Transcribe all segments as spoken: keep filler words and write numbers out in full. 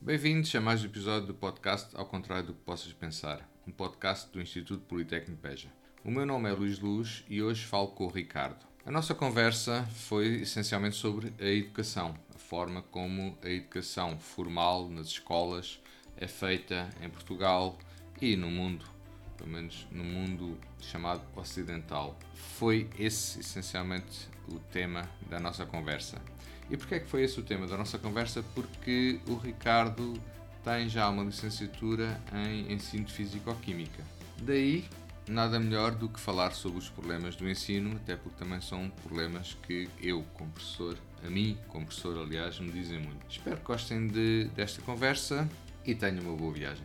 Bem-vindos a mais um episódio do podcast Ao Contrário do que Possas Pensar, um podcast do Instituto Politécnico Beja. O meu nome é Luís Luz e hoje falo com o Ricardo. A nossa conversa foi essencialmente sobre a educação, a forma como a educação formal nas escolas é feita em Portugal e no mundo, pelo menos no mundo chamado ocidental. Foi esse essencialmente o tema da nossa conversa. E porquê é que foi esse o tema da nossa conversa? Porque o Ricardo tem já uma licenciatura em Ensino de Físico-Química. Daí, nada melhor do que falar sobre os problemas do ensino, até porque também são problemas que eu, como professor, a mim, como professor, aliás, me dizem muito. Espero que gostem de, desta conversa e tenham uma boa viagem.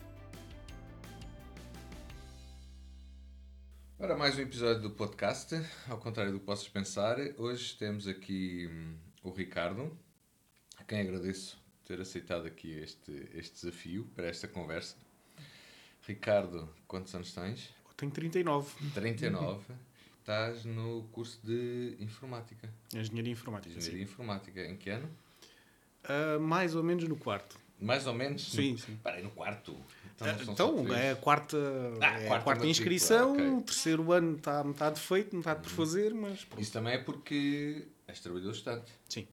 Ora, mais um episódio do podcast, ao contrário do que possas pensar. Hoje temos aqui hum, o Ricardo, a quem agradeço ter aceitado aqui este, este desafio para esta conversa. Ricardo, quantos anos tens? Eu tenho trinta e nove. trinta e nove. Estás no curso de Informática. Engenharia Informática. Engenharia sim. Informática. Em que ano? Uh, mais ou menos no quarto. Mais ou menos? Sim, no... sim. Espera aí, no quarto? Então, não são então só é a três? quarta, Ah, é a quarta quarta matrícula, inscrição, ok. o terceiro ano está metade feito, metade por fazer, mas pronto. Isso também é porque és trabalhador estudante. Sim.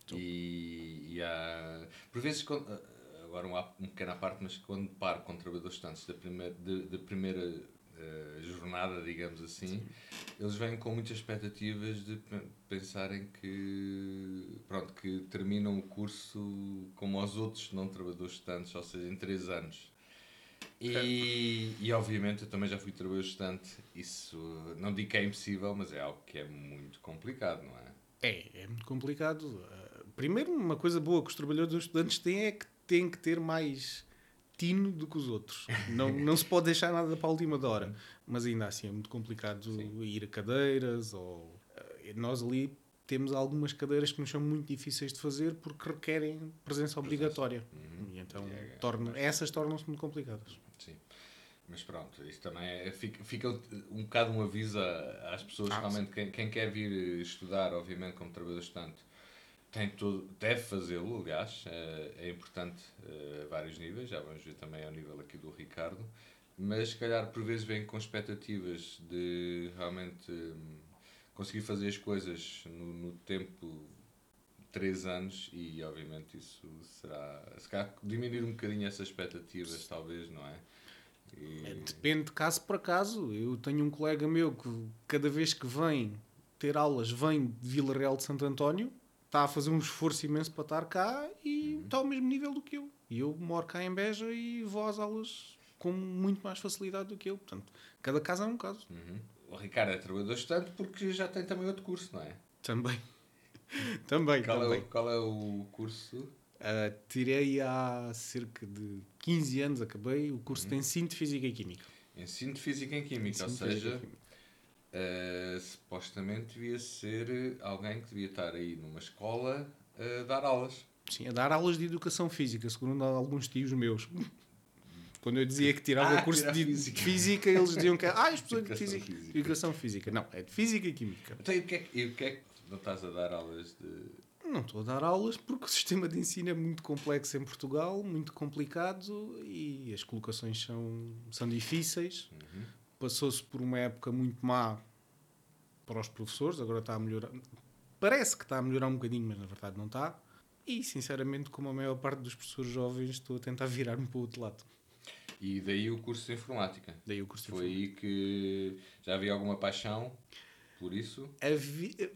E, e há... Por vezes, quando- agora um, um pequeno à parte, mas quando paro com trabalhadores estudantes da primeira, de, de primeira eh, jornada, digamos assim, Sim. eles vêm com muitas expectativas de pe- pensarem que, pronto, que terminam o curso como os outros não trabalhadores estudantes, ou seja, em três anos. E, e obviamente eu também já fui trabalhador estudante. Isso não digo que é impossível, mas é algo que é muito complicado, não é? É, é muito complicado. Uh, primeiro, uma coisa boa que os trabalhadores estudantes têm é que têm que ter mais tino do que os outros. Não, não se pode deixar nada para a última da hora. Mas ainda assim é muito complicado Sim. ir a cadeiras. Ou, uh, nós ali temos algumas cadeiras que nos são muito difíceis de fazer porque requerem presença obrigatória. Uhum. E então E é- torna, essas tornam-se muito complicadas. Sim. Mas pronto, isso também é, fica, fica um bocado um aviso a- às pessoas, Ah, realmente, quem, quem quer vir estudar, obviamente, como trabalhador estudante, tem todo, deve fazê-lo, aliás, é, é importante eh, a vários níveis, já vamos ver também ao nível aqui do Ricardo, mas se calhar por vezes vem com expectativas de realmente hum, conseguir fazer as coisas no, no tempo de três anos e obviamente isso será, se calhar diminuir um bocadinho essas expectativas, talvez, não é? E- É, depende de caso para caso. Eu tenho um colega meu que cada vez que vem ter aulas vem de Vila Real de Santo António, está a fazer um esforço imenso para estar cá e está ao mesmo nível do que eu. E eu moro cá em Beja e vou às aulas com muito mais facilidade do que eu. Portanto, cada caso é um caso. Uhum. O Ricardo é trabalhador estudante porque já tem também outro curso, não é? Também. também, Qual é, também. o, qual é o curso? Uh, tirei há cerca de quinze anos, acabei o curso de Ensino de Física e Química. Ensino de Física em Química, Ensino ou de Física e seja, Química. eh, supostamente devia ser alguém que devia estar aí numa escola a dar aulas. Sim, a dar aulas de Educação Física, segundo alguns tios meus. Quando eu dizia que tirava Ah, o curso tirar de física. física, eles diziam que ah, as pessoas de Educação física, física. Educação Física. Não, é de Física e Química. Então, e o que é que, e o que, é que não estás a dar aulas de... Não estou a dar aulas porque o sistema de ensino é muito complexo em Portugal, muito complicado e as colocações são, são difíceis. Uhum. Passou-se por uma época muito má para os professores, agora está a melhorar. Parece que está a melhorar um bocadinho, mas na verdade não está. E, sinceramente, como a maior parte dos professores jovens, estou a tentar virar-me para o outro lado. E daí o curso de Informática. Daí o curso de Foi aí que já havia alguma paixão por isso? Havia...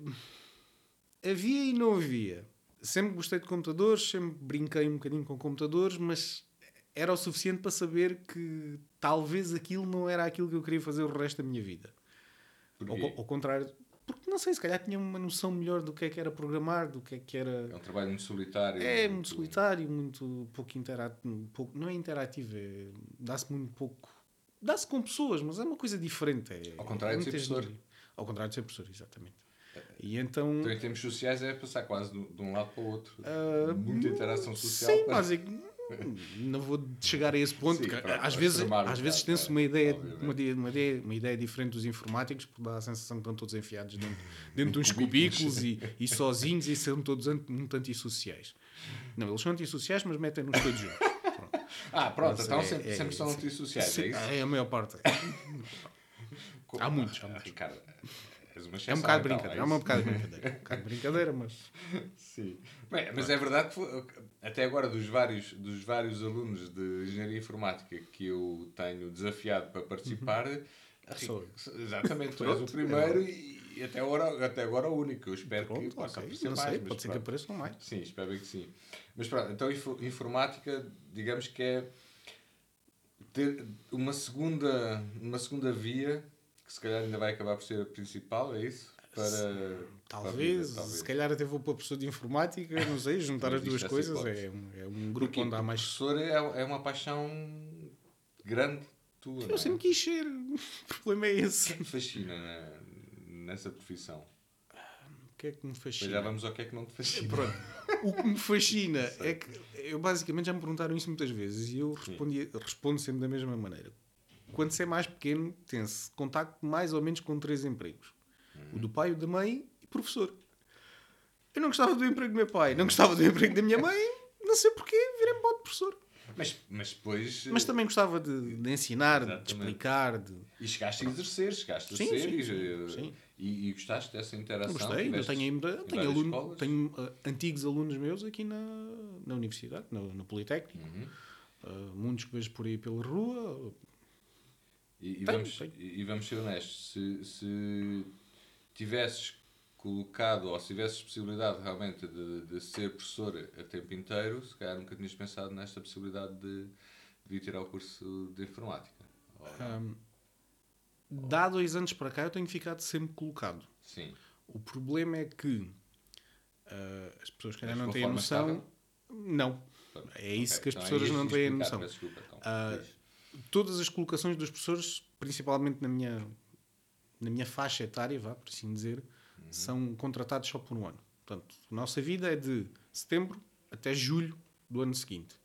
havia e não havia. Sempre gostei de computadores, sempre brinquei um bocadinho com computadores, mas era o suficiente para saber que talvez aquilo não era aquilo que eu queria fazer o resto da minha vida. Ao, Porquê? ao contrário, porque não sei, se calhar tinha uma noção melhor do que é que era programar, do que é que era... É um trabalho muito solitário. É muito solitário, muito pouco interativo. Pouco, não é interativo, é, dá-se muito pouco. Dá-se com pessoas, mas é uma coisa diferente. É, Ao contrário é de ser muita professor. gente. Ao contrário de ser professor, exatamente. E então. Então, em termos sociais, é passar quase de de um lado para o outro. Ah, Muita interação social. Sim, mas é que não vou chegar a esse ponto. Sim, porque pronto, às a vezes, extremar um às vezes bocado, tem-se é, uma ideia, obviamente. uma, ideia, uma, ideia, uma ideia diferente dos informáticos, porque dá a sensação que estão todos enfiados dentro, dentro de uns Cubículos. cubículos e, e sozinhos e são todos um tanto insociais. Não, eles são antissociais, mas metem-nos todos juntos. Pronto. Ah, pronto, Mas então é- sempre, é- sempre são antissociais, Sim, é isso? é a maior parte. Co- Há muitos, há Ah, muitos. Ricardo, és uma É exceção, um bocado de então, brincadeira. é É um isso? bocado de brincadeira. Um bocado de brincadeira, mas... Sim. Bem, mas é verdade que foi- até agora dos vários, dos vários alunos de Engenharia Informática que eu tenho desafiado para participar, a Ri- Sou eu. exatamente, tu és o Pronto, primeiro e, e até, agora, até agora o único. Eu espero que Pronto, possa ok. aparecer Não mais. sei, mas pode ser que pronto. apareçam mais. Sim, espero bem que sim. Mas pronto, então info- informática, digamos que é ter uma segunda, uma segunda via, que se calhar ainda vai acabar por ser a principal, é isso? Para, para a Talvez, vida, talvez. se calhar até vou para a professor de informática, não sei, juntar Não as duas existe essa coisas. hipótese. É um, é um grupo Porquê? onde há Porque mais... professor é, é uma paixão grande tua, não Eu é? sempre quis ser. O problema é O que esse. é que te fascina na- nessa profissão? O que é que me Depois fascina? já vamos ao que é que não te fascina. Pronto. O que me fascina é que eu basicamente já me perguntaram isso muitas vezes e eu respondi, respondo sempre da mesma maneira. Quando se é mais pequeno, tem-se contacto mais ou menos com três empregos: o do pai, o da mãe e professor. Eu não gostava do emprego do meu pai, não gostava do emprego da minha mãe, não sei porquê, virei-me para o de professor. Mas, mas depois... Mas também gostava de, de ensinar, Exatamente. de explicar. De... E chegaste a exercer, chegaste a Sim, ser sim, e, sim, sim. E, e gostaste dessa interação? Gostei, ainda Tiveste tenho, ainda, em tenho, várias aluno, escolas? tenho uh, antigos alunos meus aqui na, na universidade, na, na Politécnico. Uhum. Uh, muitos que vejo por aí pela rua. E, e Tenho, vamos, tenho. e vamos ser honestos, se, se tivesses colocado, ou se tivesses possibilidade realmente de, de ser professor a tempo inteiro, se calhar nunca tinhas pensado nesta possibilidade de, de ir tirar o curso de informática. Ou não? Um, de há dois anos para cá eu tenho ficado sempre colocado. Sim. O problema é que uh, as pessoas que calhar Mas não de têm a uma noção. forma Não. Pronto. É isso Ok, que as então pessoas ias não têm a explicar, noção. peço desculpa, então. Ah, Diz. Todas as colocações dos professores, principalmente na minha, na minha faixa etária, vá, por assim dizer, Uhum. são contratados só por um ano. Portanto, a nossa vida é de setembro até julho do ano seguinte.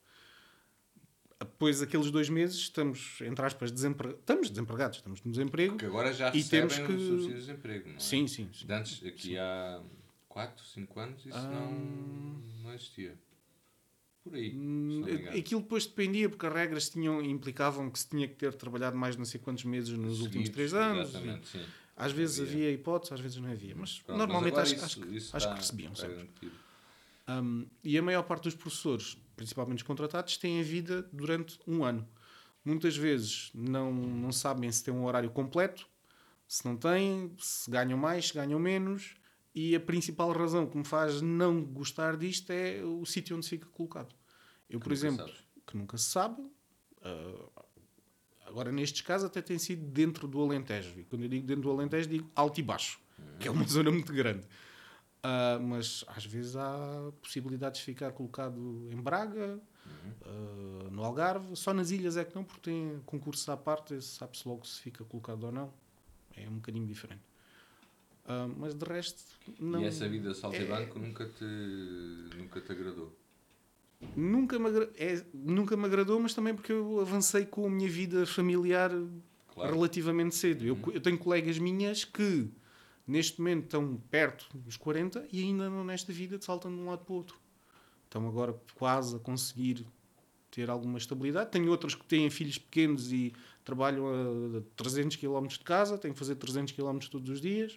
Depois daqueles dois meses, estamos, entre aspas, desempregados. Estamos desempregados, estamos no desemprego. Porque agora já E recebem temos que- o subsídio de desemprego, não é? Sim, sim. sim. De antes, aqui há quatro, cinco anos, isso não, não existia. Por aí, se não me engano. Aquilo depois dependia, porque as regras tinham, implicavam que se tinha que ter trabalhado mais não sei quantos meses nos últimos Seguidos, três anos. exatamente, sim. Às vezes Havia. havia hipóteses, às vezes não havia. Mas Pronto, normalmente mas acho, agora acho, isso- que- isso acho está- que recebiam está sempre. garantido. Um, e a maior parte dos professores, principalmente os contratados, têm a vida durante um ano. Muitas vezes não, não sabem se têm um horário completo, se não têm, se ganham mais, se ganham menos. E a principal razão que me faz não gostar disto é o sítio onde se fica colocado. Eu, por nunca exemplo, sabes. que nunca se sabe, uh, agora nestes casos até tem sido dentro do Alentejo. E quando eu digo dentro do Alentejo, digo alto e baixo, que é uma zona muito grande. Uh, mas às vezes há possibilidades de ficar colocado em Braga, uh, no Algarve. Só nas ilhas é que não, porque tem concursos à parte, sabe-se logo se fica colocado ou não. É um bocadinho diferente. Uh, mas de resto, não. E essa vida salto e é- banco nunca te, nunca te agradou? Nunca me, agra- é, nunca me agradou, mas também porque eu avancei com a minha vida familiar Claro. relativamente cedo. Eu, eu tenho colegas minhas que neste momento estão perto dos quarenta e ainda não nesta vida saltam de um lado para o outro. Estão agora quase a conseguir ter alguma estabilidade. Tenho outras que têm filhos pequenos e trabalham a trezentos quilómetros de casa, têm que fazer trezentos quilómetros todos os dias.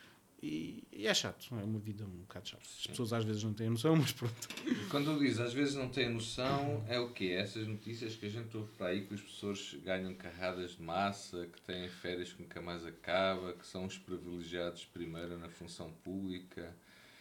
E, e é chato, é uma vida um bocado chata. As pessoas às vezes não têm noção, mas pronto. Quando diz às vezes não tem noção, é o quê? Essas notícias que a gente ouve para aí, que os professores ganham carradas de massa, que têm férias que nunca mais acaba, que são os privilegiados primeiro na função pública.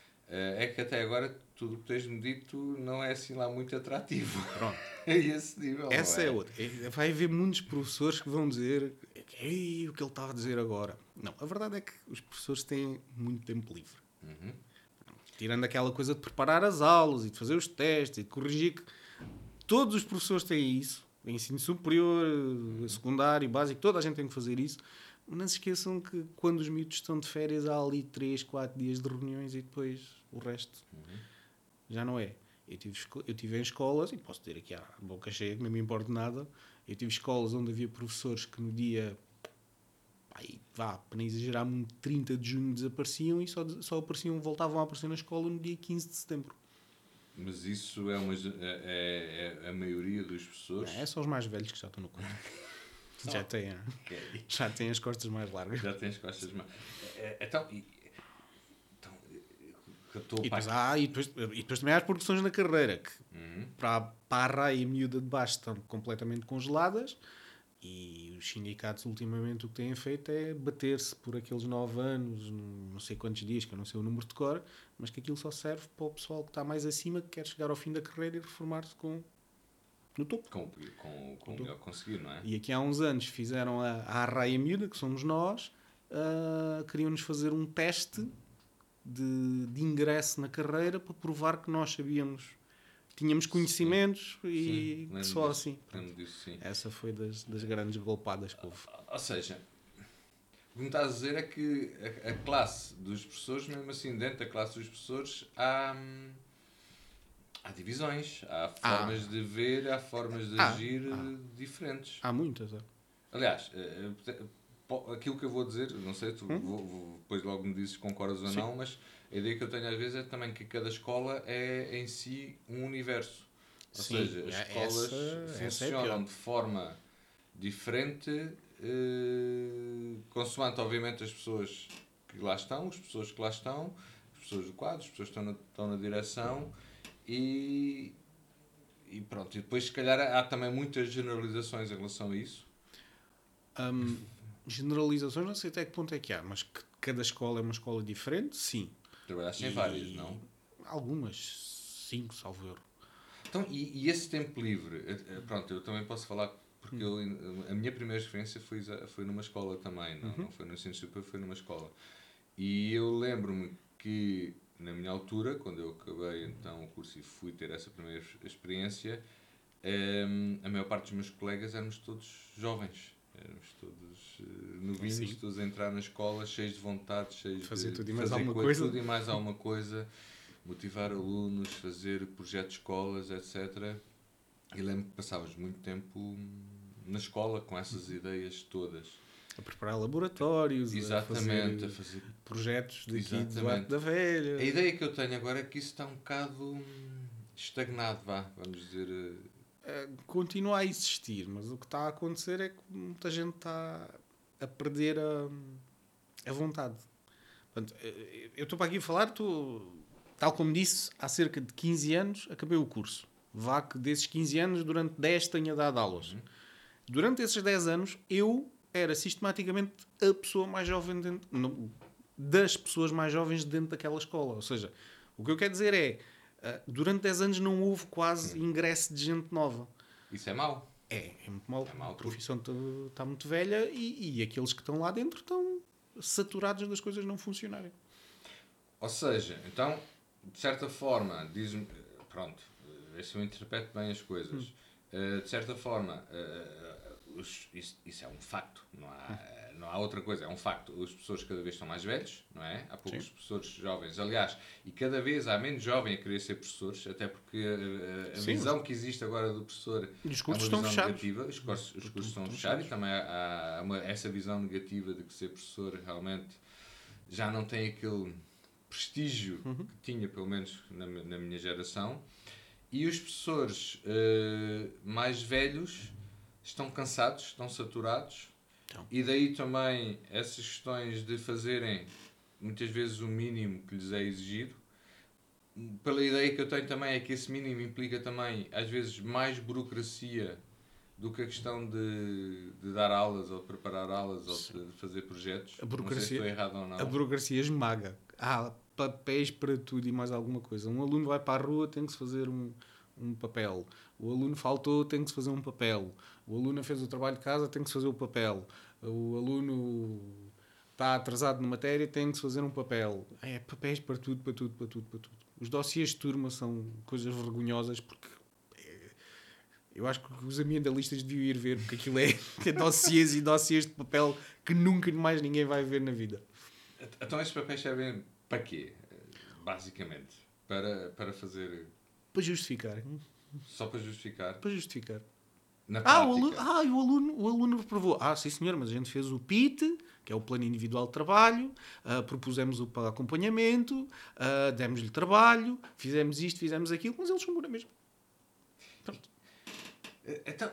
É que até agora tudo o que tens-me dito não é assim lá muito atrativo. Pronto. É esse nível. não Essa é? é outra. É- Vai haver muitos professores que vão dizer Ei, o que ele estava a dizer agora. Não, a verdade é que os professores têm muito tempo livre. Uhum. Tirando aquela coisa de preparar as aulas e de fazer os testes e de corrigir. Que todos os professores têm isso. Em ensino superior, secundário, básico, toda a gente tem que fazer isso. Mas não se esqueçam que quando os miúdos estão de férias há ali três, quatro dias de reuniões e depois o resto Uhum. já não é. Eu tive, esco- eu tive em escolas, e posso ter aqui a boca cheia, que não me importa nada, eu tive escolas onde havia professores que no dia, aí, vá, para não exagerar muito, trinta de junho desapareciam e só, só apareciam, voltavam a aparecer na escola no dia quinze de setembro. Mas isso é, uma, é, é a maioria dos professores? É só os mais velhos que já estão no conto. já, têm, okay. já têm as costas mais largas. Já têm as costas mais... Então... então e, depois, ah, e, depois, e depois também há as progressões na carreira, que uhum. para, a, para a raia miúda de baixo estão completamente congeladas, e os sindicatos ultimamente o que têm feito é bater-se por aqueles nove anos, não sei quantos dias, que eu não sei o número de cor, mas que aquilo só serve para o pessoal que está mais acima, que quer chegar ao fim da carreira e reformar-se com, no topo. Com, com, com o melhor conseguir, não é? E aqui há uns anos fizeram a, a raia miúda, que somos nós, uh, queriam-nos fazer um teste de, de ingresso na carreira para provar que nós sabíamos... Tínhamos conhecimentos sim. e sim, só disso, assim. Disso, sim. Essa foi das, das grandes golpadas que houve. Ou seja, o que me estás a dizer é que a, a classe dos professores, mesmo assim, dentro da classe dos professores, há, há divisões, há formas ah. de ver, há formas de ah. agir ah. diferentes. Há muitas. É. Aliás, aquilo que eu vou dizer, não sei, tu hum? vou, vou, depois logo me dizes se concordas ou sim. não, mas a ideia que eu tenho às vezes é também que cada escola é em si um universo. Ou sim, seja, as escolas essa, funcionam essa é de forma diferente, eh, consoante, obviamente, as pessoas que lá estão, as pessoas que lá estão, as pessoas do quadro, as pessoas que estão na, estão na direção e, e pronto. E depois, se calhar, há também muitas generalizações em relação a isso. Um, generalizações, não sei até que ponto é que há, mas que cada escola é uma escola diferente, sim. Trabalhaste em várias, não? Algumas, cinco, salvo erro. Então, e, e esse tempo livre? Pronto, eu também posso falar, porque hum. eu, a minha primeira experiência foi, foi numa escola também, não, uhum. não foi no ensino superior, foi numa escola. E eu lembro-me que, na minha altura, quando eu acabei então o curso e fui ter essa primeira experiência, um, a maior parte dos meus colegas éramos todos jovens. Éramos todos uh, novinhos, sim. todos a entrar na escola, cheios de vontade, cheios fazer de tudo e mais fazer alguma coisa, coisa. tudo e mais alguma coisa, motivar alunos, fazer projetos de escolas, etcétera. E lembro que passávamos muito tempo na escola com essas uhum. ideias todas. A preparar laboratórios, exatamente, a fazer, a fazer projetos daqui do lado da velha. A ideia que eu tenho agora é que isso está um bocado estagnado, vá, vamos dizer... Continua a existir, mas o que está a acontecer é que muita gente está a perder a, a vontade. Portanto, eu estou para aqui a falar, estou, tal como disse, há cerca de quinze anos acabei o curso. Vá que desses quinze anos, durante dez tenha dado aulas. Uhum. Durante esses dez anos, eu era sistematicamente a pessoa mais jovem dentro, não, das pessoas mais jovens dentro daquela escola. Ou seja, o que eu quero dizer é durante dez anos não houve quase hum. ingresso de gente nova. Isso é mau? É, é muito mau. É mau a profissão está muito velha e, e aqueles que estão lá dentro estão saturados das coisas não funcionarem. Ou seja, então, de certa forma, diz-me... Pronto, vê se eu interpreto bem as coisas. Hum. Uh, de certa forma, uh, os, isso, isso é um facto. Não há... Hum. Não há outra coisa, é um facto. As pessoas cada vez estão mais velhos, não é? Há poucos Sim. professores jovens. Aliás, e cada vez há menos jovens a querer ser professores, até porque a, a visão que existe agora do professor é uma visão fechados. negativa. Os cursos, os cursos estão fechados e também há, há uma, essa visão negativa de que ser professor realmente já não tem aquele prestígio uhum. que tinha, pelo menos na, na minha geração. E os professores uh, mais velhos estão cansados, estão saturados. Então. E daí também essas questões de fazerem muitas vezes o mínimo que lhes é exigido. Pela ideia que eu tenho também é que esse mínimo implica também às vezes mais burocracia do que a questão de, de dar aulas ou de preparar aulas ou de fazer projetos. A burocracia, não sei se estou errado ou não. A burocracia esmaga. Há papéis para tudo e mais alguma coisa. Um aluno vai para a rua, tem que se fazer um, um papel. O aluno faltou, tem que se fazer um papel. O aluno fez o trabalho de casa, tem que se fazer o papel. O aluno está atrasado na matéria, tem que se fazer um papel. É papéis para tudo, para tudo, para tudo, para tudo. Os dossiês de turma são coisas vergonhosas porque eu acho que os ambientalistas deviam ir ver porque aquilo é, é dossiês e dossiês de papel que nunca mais ninguém vai ver na vida. Então estes papéis servem para quê? Basicamente, para, para fazer... Para justificar. Só para justificar? Para justificar. Na Ah, o prática. aluno, ah, e o aluno, o aluno aprovou. Ah, sim senhor, mas a gente fez o P I T, que é o Plano Individual de Trabalho, ah, propusemos o para acompanhamento, ah, demos-lhe trabalho, fizemos isto, fizemos aquilo, mas eles são na mesma. Pronto. Então,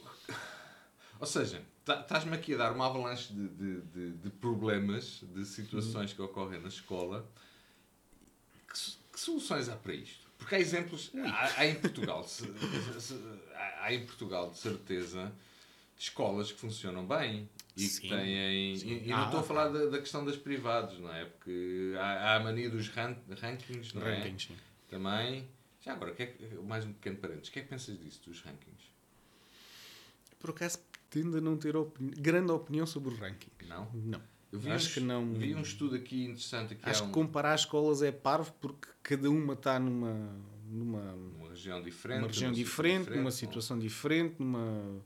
ou seja, tá- estás-me aqui a dar uma avalanche de, de, de, de problemas, de situações que ocorrem na escola. Que, so- que soluções há para isto? Porque há exemplos, há, há em Portugal, se- se- há, há em Portugal de certeza de escolas que funcionam bem e que Sim, têm. sim. E, e não Ah, estou a falar ah. da, da questão das privadas, não é? Porque há, há a mania dos ran- rankings, não é? Rankings, sim. Também. Já agora, o que é que- mais um pequeno parênteses, o que é que pensas disso, dos rankings? Por acaso, tendo a não ter opini- grande opinião sobre o ranking. Não? Não. Eu vi, Acho um, que não. vi um estudo aqui interessante. Aqui Acho há que um, comparar escolas é parvo porque cada uma está numa, numa, uma região diferente. numa região num sítio diferente, numa com- situação diferente, numa...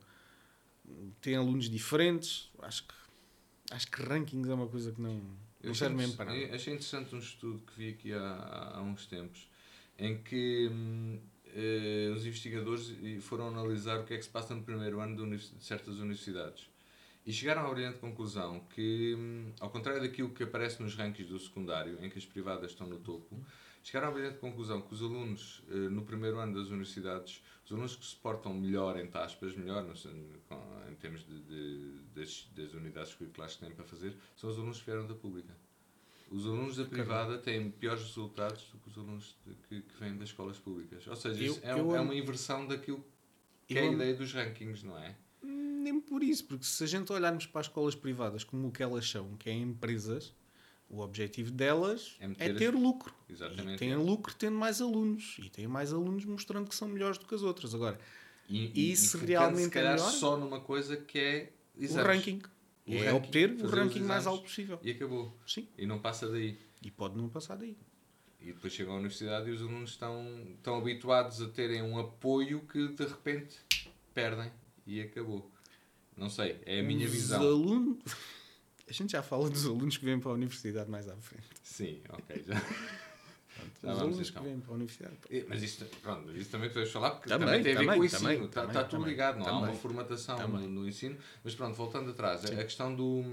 tem alunos diferentes. Acho que, acho que rankings é uma coisa que não, Eu não achei, serve mesmo para nada. eu achei interessante um estudo que vi aqui há, há, há uns tempos em que hum, eh, os investigadores foram analisar o que é que se passa no primeiro ano de, univers- de certas universidades e chegaram à brilhante conclusão que, hum, ao contrário daquilo que aparece nos rankings do secundário, em que as privadas estão no topo, chegaram à brilhante conclusão que os alunos eh, no primeiro ano das universidades, os alunos que se portam melhor, entre aspas, melhor não sei, com- em termos de, de- das, das unidades curriculares que têm para fazer, são os alunos que vieram da pública. Os alunos da privada têm piores resultados do que os alunos de- que, que vêm das escolas públicas. Ou seja, Eu- isso é, eu um- é am- uma inversão daquilo que eu é a am- ideia dos rankings, não é? Nem por isso, porque se a gente olharmos para as escolas privadas como o que elas são, que é empresas, o objetivo delas É é, meter ter as- lucro. Exatamente, E têm é. lucro tendo mais alunos. E têm mais alunos mostrando que são melhores do que as outras. Agora, E, Isso focando, realmente se calhar é melhor? só numa coisa que é o exames. ranking. O é ranking, obter o fazer os ranking mais exames alto possível. E acabou. Sim. E não passa daí. E pode não passar daí. E depois chegam à universidade e os alunos estão, estão habituados a terem um apoio que de repente perdem e acabou. Não sei, é a minha Os visão. alunos... A gente já fala dos alunos que vêm para a universidade mais à frente. Sim, ok, já. Pronto, Já os vamos alunos que então. vêm para a universidade. E- Mas isso, pronto, mas isso também podemos falar porque Também, também, tem a ver também, com o ensino. também, Está, também, está tudo também, ligado, não há também, uma formatação também. no, no ensino. Mas pronto, voltando atrás, a questão do,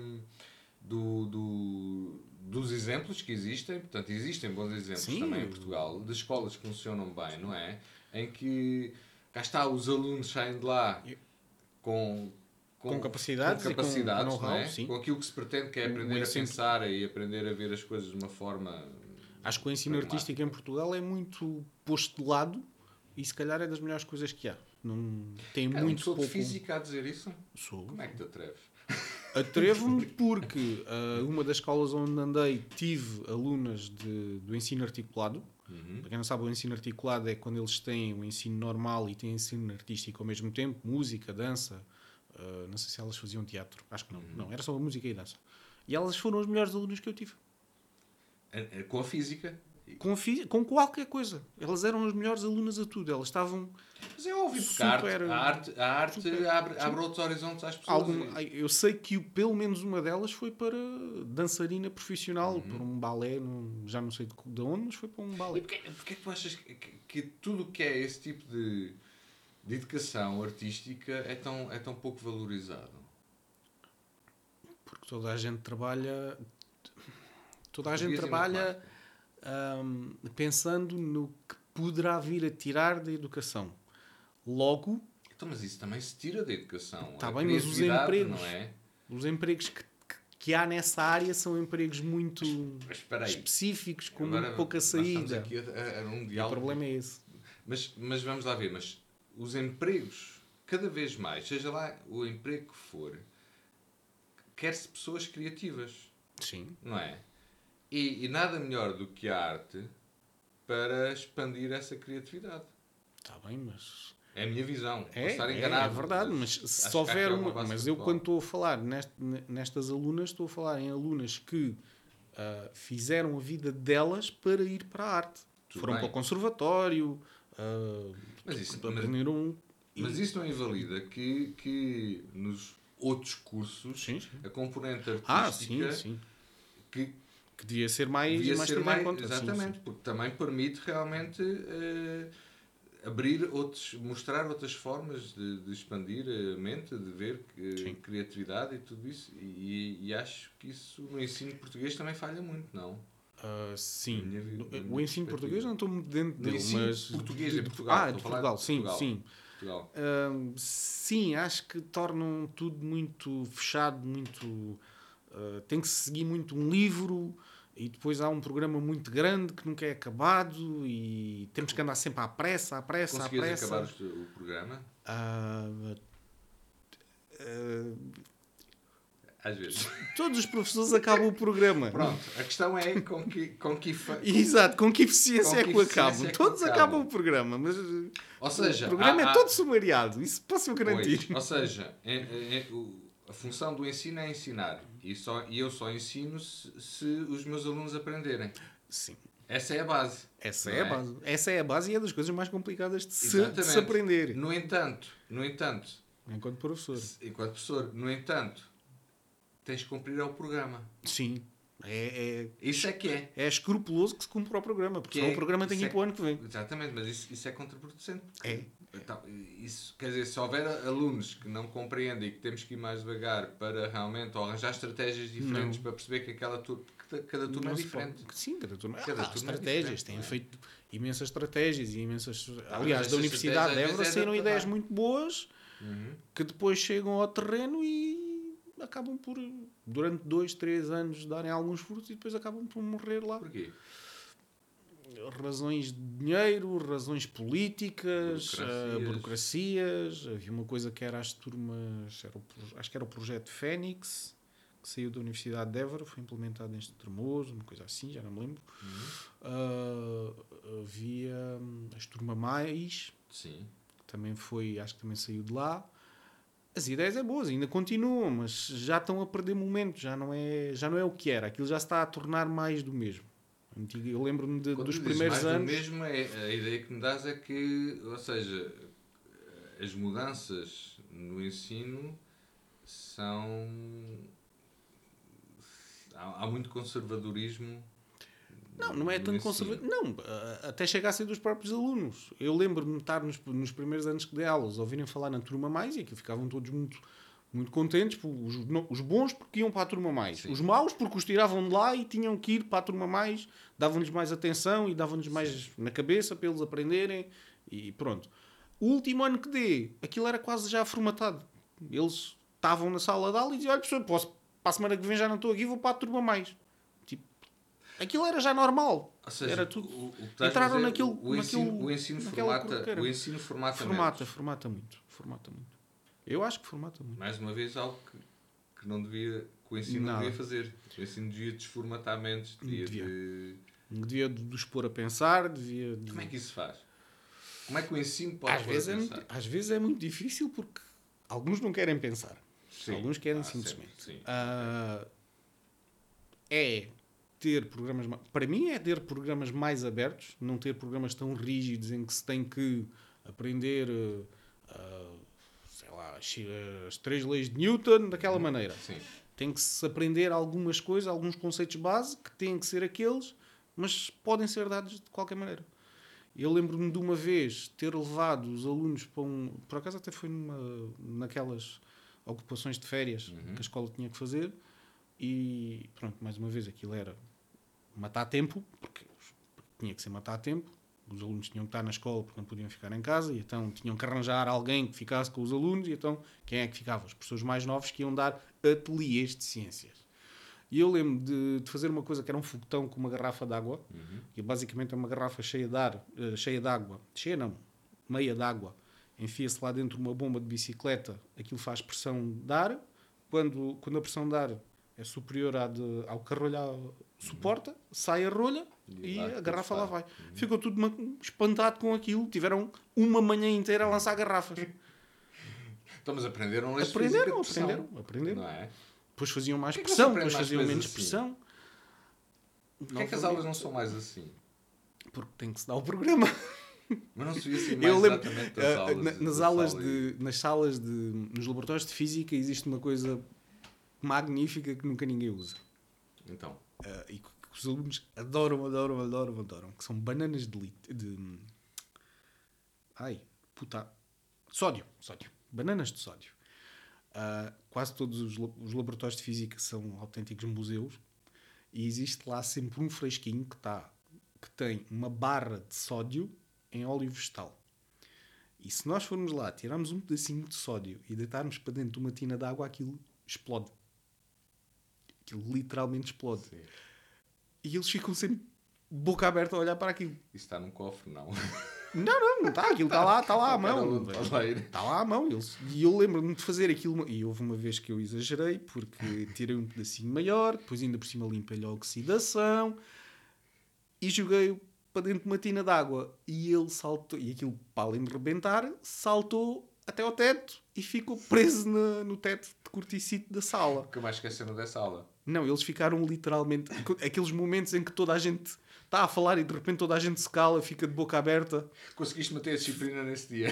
do, do- dos exemplos que existem, portanto, existem bons exemplos Sim. também em Portugal, de escolas que funcionam bem, não é? Em que cá está, os alunos saem de lá com. Com capacidades com e com capacidades, know-how, não é? sim. Com aquilo que se pretende, que é O- o aprender a ensino- pensar e aprender a ver as coisas de uma forma. Acho que o ensino pragmática. artístico em Portugal é muito posto de lado e se calhar é das melhores coisas que há. Não, tem É, muito um pouco pouco... física a dizer isso? Sou. Como é que te atreves? Atrevo-me porque ah, uma das escolas onde andei tive alunas de, do ensino articulado. Uhum. Para quem não sabe, o ensino articulado é quando eles têm o ensino normal e têm ensino artístico ao mesmo tempo, música, dança. ah, não sei se elas faziam teatro, acho que não. Uhum. Não, era só música e dança. E elas foram as melhores alunas que eu tive. É- é Com a física. Com, a fi- com qualquer coisa. Elas eram as melhores alunas a tudo. Elas estavam. Mas é óbvio, porque a arte, Super- a arte, a arte super- abre, sim. abre outros horizontes às pessoas. Algum, e- eu sei que o- pelo menos uma delas foi para dançarina profissional, Uhum. por um balé, não- já não sei de, de onde, mas foi para um E balé. porquê, porquê que tu achas que, que, que tudo o que é esse tipo de, de educação artística é tão, é tão pouco valorizado? Porque toda a gente trabalha. Toda a gente Português e trabalha hum, pensando no que poderá vir a tirar da educação. Logo, Então, mas isso também se tira da educação. Tá A bem, mas os criatividade, empregos- não é? os empregos que, que, que há nessa área são empregos muito Mas espera aí. específicos, com Agora, muito pouca nós estamos saída. aqui a, a, a um E o diálogo. problema é esse. Mas, mas vamos lá ver, mas os empregos, cada vez mais, seja lá o emprego que for, quer-se pessoas criativas, Sim. não é? E, e nada melhor do que a arte para expandir essa criatividade. Está bem, mas... É a minha visão. Posso É, estar é, enganado. é verdade, mas acho se que houver há aqui uma... base Mas eu factual. quando estou a falar nest, nestas alunas, estou a falar em alunas que ah, fizeram a vida delas para ir para a arte. Tudo Foram bem. para o conservatório, ah, Mas isso, mas, aprenderam... mas isso não invalida que, que nos outros cursos Sim, sim. a componente Ah, sim, artística sim. que Que devia ser mais, devia mais ser tida em mais, conta. Sim, exatamente, sim. porque também permite realmente eh, abrir outros, mostrar outras formas de, de expandir a mente, de ver que, criatividade e tudo isso. E, e acho que isso no ensino português também falha muito, não? Uh, sim. Minha, minha o ensino português não estou muito dentro dele, mas... português em Portugal. Ah, de Portugal, sim, Portugal. sim. Portugal. Uh, sim, acho que tornam tudo muito fechado, muito... Uh, tem que se seguir muito um livro e depois há um programa muito grande que nunca é acabado e temos que andar sempre à pressa, à pressa, à pressa. Conseguias acabar o programa? Uh, uh, Às vezes. Todos os professores acabam o programa. Pronto, a questão é com que, com que, fa... Exato, com que eficiência com é que o acabam. É Todos acabam. acabam o programa, mas ou seja, o programa há, é todo sumariado. Isso posso garantir. Pois, ou seja, é, é, é, a função do ensino é ensinar. E, só, e eu só ensino se, se os meus alunos aprenderem. Sim. Essa é a base. Essa é, é a base. Essa é a base e é das coisas mais complicadas de se, de se Exatamente. aprender. No entanto, no entanto, enquanto professor. Enquanto professor, no entanto, tens de cumprir ao programa. Sim. É, é, isso é que é. É escrupuloso que se cumpra ao programa, porque senão é, o programa tem que ir é, para o ano que vem. Exatamente, mas isso, isso é contraproducente. É. Então, isso, quer dizer, se houver alunos que não compreendem e que temos que ir mais devagar para realmente ou arranjar estratégias diferentes não. para perceber que aquela turma, que cada turma não é diferente. Pode. Sim, cada turma. Cada ah, turma estratégias, é têm é? feito imensas estratégias e imensas. Ah, aliás, da Universidade de Évora saíram é ideias muito boas uhum. que depois chegam ao terreno e acabam por, durante dois, três anos, darem alguns frutos e depois acabam por morrer lá. Porquê? Razões de dinheiro, razões políticas, burocracias. Uh, burocracias. Havia uma coisa que era as turmas, era o, acho que era o projeto Fênix, que saiu da Universidade de Évora, foi implementado neste Tremoso, uma coisa assim, já não me lembro. Uhum. Uh, havia as Turma Mais, Sim. que também foi, acho que também saiu de lá. As ideias é boas, ainda continuam, mas já estão a perder momento, já não é, já não é o que era, aquilo já se está a tornar mais do mesmo. Eu lembro-me de, dos primeiros mais anos. Do mesmo é, a ideia que me dás é que, ou seja, as mudanças no ensino são. Há, há muito conservadorismo. Não, não é tanto conservadorismo. Não, até chega a ser dos próprios alunos. Eu lembro-me de estar nos, nos primeiros anos que dei aulas, ouvirem falar na Turma Mais e aqui ficavam todos muito. Muito contentes, os, os bons porque iam para a Turma Mais, Sim. os maus porque os tiravam de lá e tinham que ir para a Turma Mais, davam-lhes mais atenção e davam-lhes mais Sim. na cabeça para eles aprenderem e pronto. O último ano que dei, aquilo era quase já formatado. Eles estavam na sala de aula e diziam, olha professor, posso, para a semana que vem já não estou aqui, vou para a Turma Mais. Tipo, aquilo era já normal. Ou seja, era tudo. O, o entraram dizer, naquilo, o ensino, naquilo, o ensino formata, o ensino formata, formata, formata muito, formata muito. Eu acho que formata muito. Mais uma vez, algo que, que não devia, que o ensino não, não devia fazer. O ensino devia desformatar mentes, devia, devia. De... devia dos pôr a pensar, devia... De... Como é que isso se faz? Como é que o ensino pode às vezes, é muito, às vezes é muito difícil porque alguns não querem pensar. Sim. Alguns querem ah, simplesmente. Sim, sim. Uh, é ter programas... Para mim é ter programas mais abertos, não ter programas tão rígidos em que se tem que aprender... Uh, as três leis de Newton daquela maneira. Sim. Tem que se aprender algumas coisas, alguns conceitos base que têm que ser aqueles, mas podem ser dados de qualquer maneira. Eu lembro-me de uma vez ter levado os alunos para um... Por acaso até foi numa, naquelas ocupações de férias uhum. que a escola tinha que fazer e pronto, mais uma vez aquilo era matar tempo, porque tinha que ser matar tempo. Os alunos tinham que estar na escola porque não podiam ficar em casa e então tinham que arranjar alguém que ficasse com os alunos e então quem é que ficava? Os professores mais novos que iam dar ateliês de ciências. E eu lembro de, de fazer uma coisa que era um foguetão com uma garrafa de água, uhum. que basicamente é uma garrafa cheia de ar, uh, cheia de água, cheia não, meia de água, enfia-se lá dentro uma bomba de bicicleta, aquilo faz pressão de ar, quando, quando a pressão de ar é superior à de, ao que a rolha suporta, uhum. sai a rolha e, e a garrafa lá vai. Uhum. Ficou tudo espantado com aquilo. Tiveram uma manhã inteira a lançar garrafas. Então, mas aprenderam a aprenderam, aprenderam, aprenderam. Não é? Depois faziam mais que pressão, que depois faziam menos assim? pressão. Porquê é que as aulas não são mais assim? Porque tem que se dar o programa. Mas não se via assim mais Eu lembro, exatamente das uh, aulas. Na, nas aulas de, nas salas de, nos laboratórios de física existe uma coisa magnífica que nunca ninguém usa. Então. Uh, e que os alunos adoram, adoram, adoram, adoram. Que são bananas de leite. De... Ai, puta. Sódio. Sódio. Bananas de sódio. Uh, quase todos os, os laboratórios de física são autênticos museus e existe lá sempre um fresquinho que, tá, que tem uma barra de sódio em óleo vegetal. E se nós formos lá, tirarmos um pedacinho de sódio e deitarmos para dentro de uma tina de água, aquilo explode. Aquilo literalmente explode. Sim. E eles ficam sempre boca aberta a olhar para aquilo. Isso está num cofre, não? Não, não, não está. Aquilo está lá, está lá à mão. Está lá à mão. Eles... E eu lembro-me de fazer aquilo. E houve uma vez que eu exagerei, porque tirei um pedacinho maior, depois ainda por cima limpei-lhe a oxidação e joguei-o para dentro de uma tina de água. E ele saltou. E aquilo, para além de rebentar, saltou até ao teto e ficou preso na, no teto de corticite da sala. Nunca mais esqueceram dessa aula. Não, eles ficaram literalmente... Aqueles momentos em que toda a gente está a falar e de repente toda a gente se cala, fica de boca aberta. Conseguiste manter a disciplina nesse dia?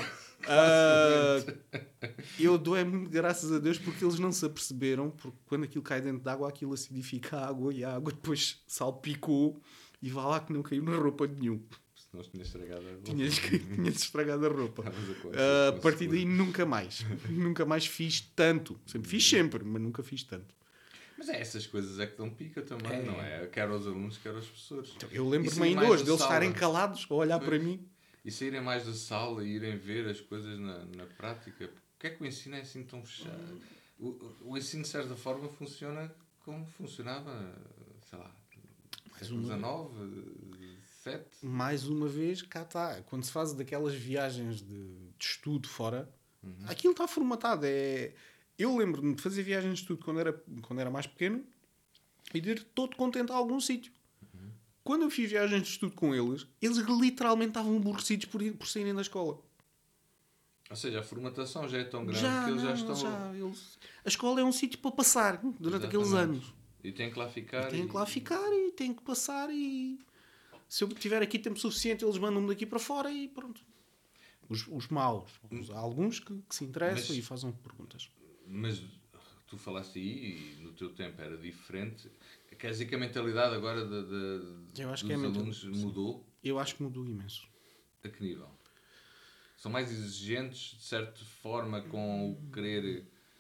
Uh, eu dou é muito graças a Deus porque eles não se aperceberam, porque quando aquilo cai dentro de água, aquilo acidifica a água e a água depois salpicou e vá lá que não caiu na roupa de nenhum. Senão tinhas estragado a roupa. Tinhas, tinhas estragado a roupa. Uh, a partir daí nunca mais. Nunca mais fiz tanto. Sempre fiz sempre, mas nunca fiz tanto. Mas é, essas coisas é que dão pica também, é. Não é? Quer aos alunos, quer aos professores. Então, eu lembro-me ainda hoje deles estarem calados a olhar pois. Para mim. E saírem mais da sala e irem ver as coisas na, na prática. Porquê é que o ensino é assim tão fechado? Hum. O, o ensino, de certa forma, funciona como funcionava, sei lá, século dezanove, sete. Mais uma vez, cá está. Quando se faz daquelas viagens de, de estudo fora, uhum. Aquilo está formatado. É... Eu lembro-me de fazer viagens de estudo quando era, quando era mais pequeno e de ir todo contente a algum sítio. Uhum. Quando eu fiz viagens de estudo com eles, eles literalmente estavam aborrecidos por, ir, por saírem da escola. Ou seja, a formatação já é tão grande já, que eles não, já estão... Já, eles... A escola é um sítio para passar durante Exatamente. Aqueles anos. E tem que lá ficar. E tem e... que lá ficar e tem que passar e... Se eu tiver aqui tempo suficiente, eles mandam-me daqui para fora e pronto. Os, os maus. Os, há alguns que, que se interessam Mas... e fazem perguntas. Mas tu falaste aí e no teu tempo era diferente. Quer dizer que a mentalidade agora de, de, eu acho dos que é alunos mudou? Eu acho que mudou imenso. A que nível? São mais exigentes, de certa forma, com o querer...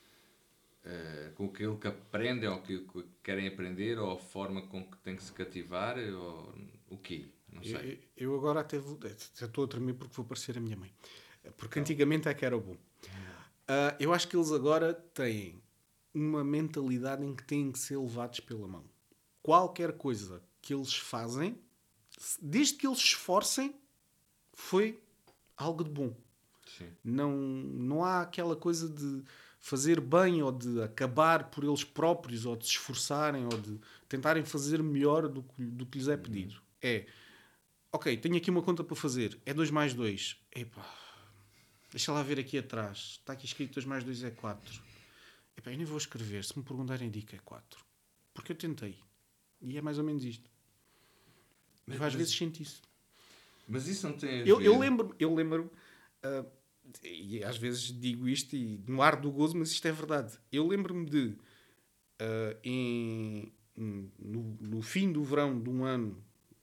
Uh, com aquilo que aprendem ou que, que querem aprender ou a forma com que tem que se cativar? Ou o quê? Não sei. Eu, eu agora até, vou, até estou a tremer porque vou parecer a minha mãe. Porque antigamente é que era bom. Uh, eu acho que eles agora têm uma mentalidade em que têm que ser levados pela mão. Qualquer coisa que eles fazem, desde que eles se esforcem, foi algo de bom. Sim. Não, não há aquela coisa de fazer bem ou de acabar por eles próprios ou de se esforçarem ou de tentarem fazer melhor do que, do que lhes é pedido. Uhum. É, ok, tenho aqui uma conta para fazer. É dois mais dois. Epá... Deixa lá ver aqui atrás. Está aqui escrito dois mais dois é quatro. Epá, eu nem vou escrever. Se me perguntarem, digo que é quatro. Porque eu tentei. E é mais ou menos isto. Mas, mas às vezes sinto isso. Mas isso não tem a ver... Eu, eu lembro... Eu lembro uh, e às vezes digo isto e no ar do gozo, mas isto é verdade. Eu lembro-me de... Uh, em, no, no fim do verão de um ano...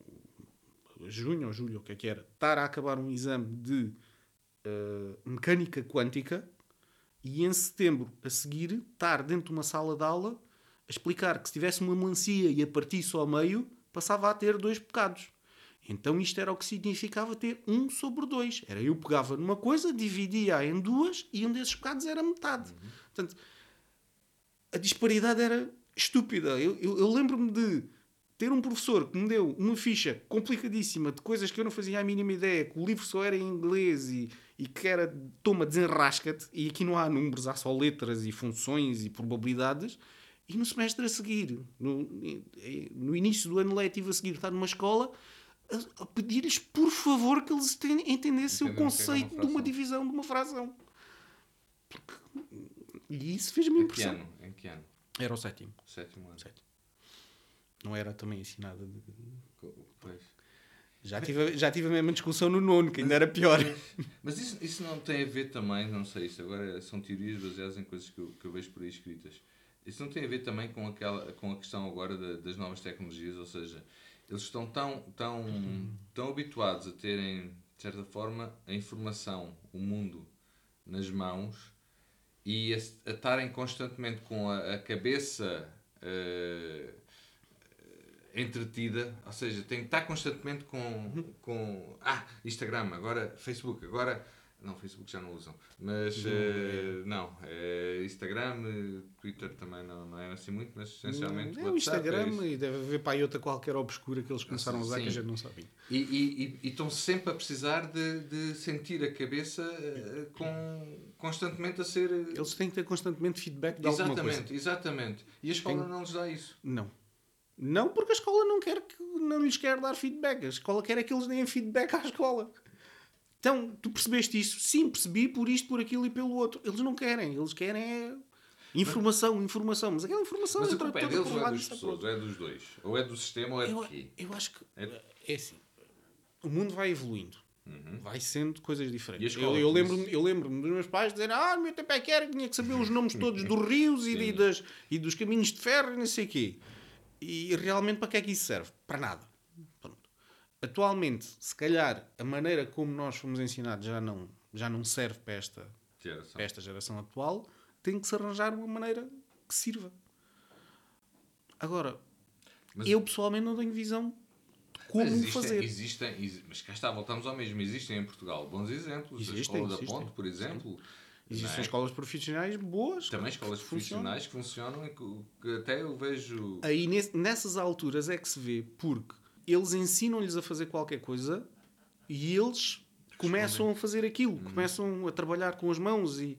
Junho ou julho, o que é que era? Estar a acabar um exame de... Uh, mecânica quântica e em setembro a seguir estar dentro de uma sala de aula a explicar que se tivesse uma melancia e a partir-se ao meio passava a ter dois bocados. Então isto era o que significava ter um sobre dois. Era eu pegava numa coisa, dividia-a em duas e um desses bocados era metade. Uhum. Portanto, a disparidade era estúpida. Eu, eu, eu lembro-me de ter um professor que me deu uma ficha complicadíssima de coisas que eu não fazia a mínima ideia, que o livro só era em inglês e, e que era toma, desenrasca-te, e aqui não há números, há só letras e funções e probabilidades, e no semestre a seguir, no, no início do ano letivo a seguir, estar numa escola a, a pedir-lhes por favor que eles entendessem o conceito de uma divisão, de uma fração. Porque, e isso fez-me impressão. Em que ano? Em que ano? Era o sétimo. Sétimo ano. Sétimo. Não era também ensinada de... Pois. Já tive, já tive a mesma discussão no nono, que ainda era pior. Mas isso, isso não tem a ver também, não sei, isso agora são teorias baseadas em coisas que eu, que eu vejo por aí escritas. Isso não tem a ver também com, aquela, com a questão agora de, das novas tecnologias, ou seja, eles estão tão, tão, tão habituados a terem, de certa forma, a informação, o mundo nas mãos e a, a estarem constantemente com a, a cabeça uh, entretida, ou seja, tem que estar constantemente com, com ah, Instagram, agora Facebook, agora não, Facebook já não usam, mas uh, não, é Instagram, Twitter também não, não é assim muito, mas essencialmente é o Instagram é e deve haver para aí outra qualquer obscura que eles começaram assim, a usar sim. que a gente não sabe. E, e, e estão sempre a precisar de, de sentir a cabeça uh, com, constantemente a ser... Uh... Eles têm que ter constantemente feedback de alguma coisa. Exatamente, exatamente. E a escola Tem... não lhes dá isso. Não. Não, porque a escola não, quer que, não lhes quer dar feedback. A escola quer é que eles deem feedback à escola. Então, tu percebeste isso? Sim, percebi por isto, por aquilo e pelo outro. Eles não querem. Eles querem é informação, mas, informação. Mas aquela informação... Mas a culpa é deles ou é das pessoas? Ou é dos dois? Ou é do sistema ou é eu, de quê? Eu acho que... É, é assim. O mundo vai evoluindo. Uhum. Vai sendo coisas diferentes. Eu, eu lembro-me eu lembro dos meus pais dizerem ah, no meu tempo é que era, tinha que saber os nomes todos dos rios e, de, das, e dos caminhos de ferro e não sei o quê. E realmente para que é que isso serve? Para nada. Pronto. Atualmente, se calhar, a maneira como nós fomos ensinados já não, já não serve para esta, geração. Para esta geração atual. Tem que se arranjar uma maneira que sirva. Agora, mas, eu pessoalmente não tenho visão de como existem, fazer. Existem, exi- mas cá está, voltamos ao mesmo. Existem em Portugal bons exemplos. Existem, a Escola existem. da Ponte, por exemplo. Sim. Existem é? escolas profissionais boas. Também escolas que profissionais funcionam. que funcionam e que, que até eu vejo... Aí nesse, nessas alturas é que se vê, porque eles ensinam-lhes a fazer qualquer coisa e eles começam a fazer aquilo. Hum. Começam a trabalhar com as mãos e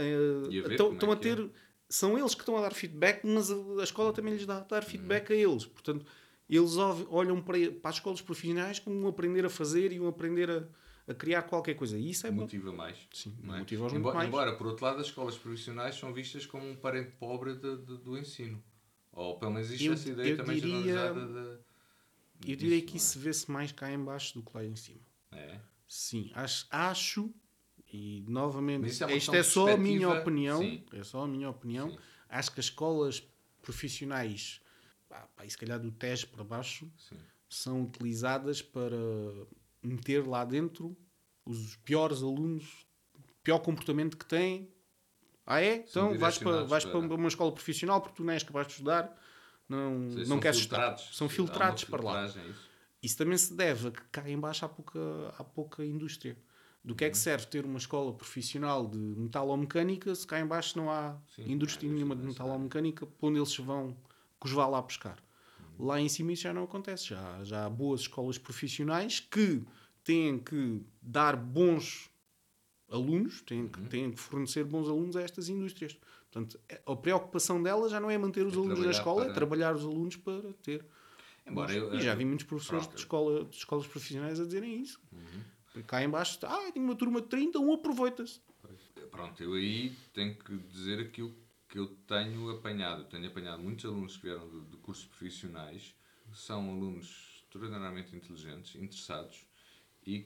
estão uh, a, a ter... É? São eles que estão a dar feedback, mas a, a escola também lhes dá a dar feedback hum. a eles. Portanto, eles olham para, para as escolas profissionais como um aprender a fazer e um aprender a... a criar qualquer coisa. E isso é motiva bom. mais. Sim, não é? motiva-os embora, muito mais. Embora, por outro lado, as escolas profissionais são vistas como um parente pobre de, de, do ensino. Ou pelo menos existe eu, essa ideia também diria, generalizada. De, eu diria disso, que isso se vê-se mais cá em baixo do que lá em cima. É? Sim, acho, acho e novamente, é isto é só a minha opinião, sim. é só a minha opinião, sim. acho que as escolas profissionais, pá, pá, e se calhar do T E S para baixo, sim. são utilizadas para meter lá dentro os piores alunos, pior comportamento que têm. Ah é? Então vais, para, vais para uma escola profissional porque tu não és capaz de estudar, não, Sei, não queres filtrados, estudar. São filtrados para lá. Isso. isso também se deve a que cá em baixo há pouca, há pouca indústria. Do que uhum. é que serve ter uma escola profissional de metalomecânica se cá em baixo não há Sim, indústria é, nenhuma de metalomecânica para onde eles vão, que os vá lá buscar. Uhum. Lá em cima isso já não acontece. Já, já há boas escolas profissionais que têm que dar bons alunos, têm que, uhum. têm que fornecer bons alunos a estas indústrias. Portanto, a preocupação delas já não é manter os é alunos na escola, para... é trabalhar os alunos para ter... Embora eu, e já vi muitos professores de, escola, de escolas profissionais a dizerem isso. Uhum. Cá em baixo, ah, tenho uma turma de trinta, um aproveita-se. Pronto, eu aí tenho que dizer aquilo que eu tenho apanhado. Eu tenho apanhado muitos alunos que vieram de, de cursos profissionais, são alunos extraordinariamente inteligentes, interessados, e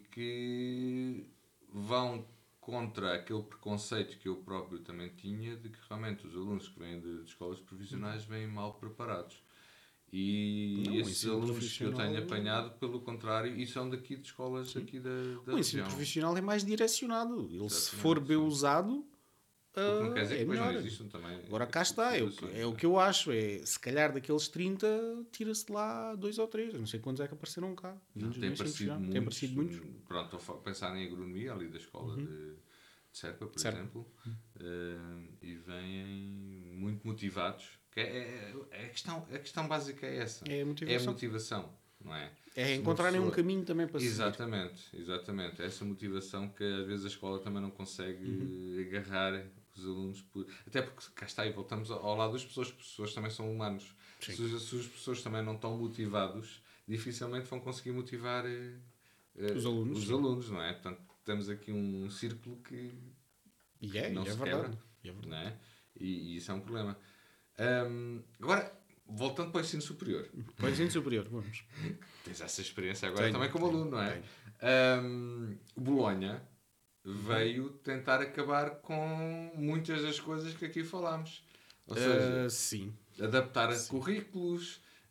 que vão contra aquele preconceito que eu próprio também tinha de que realmente os alunos que vêm de, de escolas profissionais vêm mal preparados. E não, esses alunos que eu tenho apanhado, pelo contrário, e são daqui de escolas sim. aqui da, da o ensino região. Profissional é mais direcionado. Ele, se for bem sim. usado, uh, não quer dizer é que melhor. Não existem também. Agora cá está. É, o, é o que eu acho. É, se calhar daqueles trinta, tira-se lá dois ou três. Eu não sei quantos é que apareceram cá. Não, tem, aparecido muitos, tem aparecido muitos. Pronto, estou a pensar em agronomia, ali da escola uhum. de, de Serpa, por Serpa. exemplo. Uhum. Uh, e vêm muito motivados. Que é, é, é a, questão, a questão básica é essa. É a motivação. É a motivação, não é? É encontrarem pessoa... um caminho também para exatamente, seguir. Exatamente. Essa motivação que às vezes a escola também não consegue uhum. agarrar os alunos. Por... Até porque cá está, e voltamos ao lado das pessoas. As pessoas também são humanos. Se, se as pessoas também não estão motivados, dificilmente vão conseguir motivar uh, os, alunos, os alunos, não é? Portanto, temos aqui um círculo que, e que é, não e se é quebra. Verdade. E, é verdade. Não é? E, e isso é um problema. Um, agora, voltando para o ensino superior. Para o ensino superior, vamos. Tens essa experiência agora tenho, também como tenho, aluno, não é? Tenho. Um, Bolonha veio tentar acabar com muitas das coisas que aqui falámos. Ou seja, uh, sim. adaptar sim. currículos,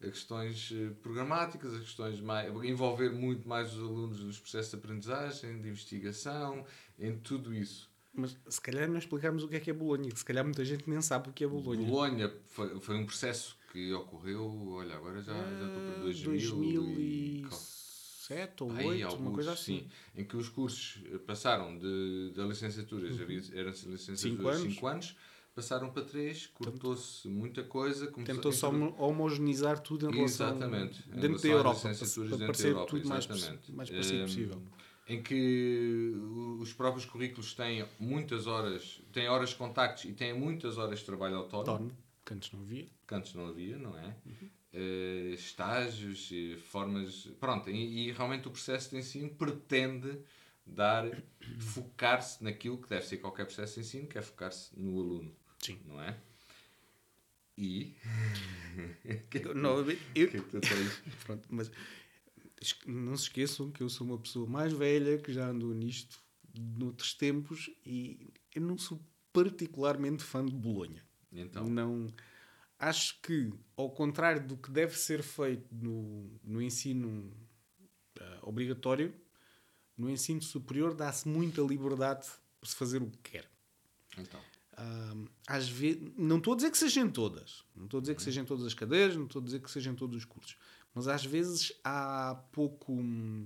a questões programáticas, a questões mais, envolver muito mais os alunos nos processos de aprendizagem, de investigação, em tudo isso. Mas se calhar não explicamos o que é que é Bolonha, que se calhar muita gente nem sabe o que é Bolonha. Bolonha foi, foi um processo que ocorreu, olha, agora já, já estou para dois mil, dois mil e sete ou dois mil e oito, uma coisa assim. Sim, em que os cursos passaram de, da licenciatura, uhum. eram licenciaturas de cinco anos, passaram para três, cortou-se muita coisa. Tentou-se homogeneizar tudo em relação... Exatamente. Dentro relação da Europa, para, para parecer Europa, tudo mais, mais parecido um, possível. Em que os próprios currículos têm muitas horas, têm horas de contactos e têm muitas horas de trabalho autónomo. Autónomo, que antes não havia. Que antes não havia, não é? Uhum. Uh, estágios, formas... Pronto, e, e realmente o processo de ensino pretende dar, focar-se naquilo que deve ser qualquer processo de ensino, que é focar-se no aluno. Sim. Não é? E... não, eu... que é que tu tens? Pronto, mas não se esqueçam que eu sou uma pessoa mais velha, que já andou nisto noutros tempos, e eu não sou particularmente fã de Bolonha. Então? Não... Acho que, ao contrário do que deve ser feito no, no ensino uh, obrigatório, no ensino superior dá-se muita liberdade para se fazer o que quer. Então. Uh, às vezes, não estou a dizer que sejam todas, não estou a dizer que sejam todas as cadeiras, não estou a dizer que sejam todos os cursos, mas às vezes há pouco uh,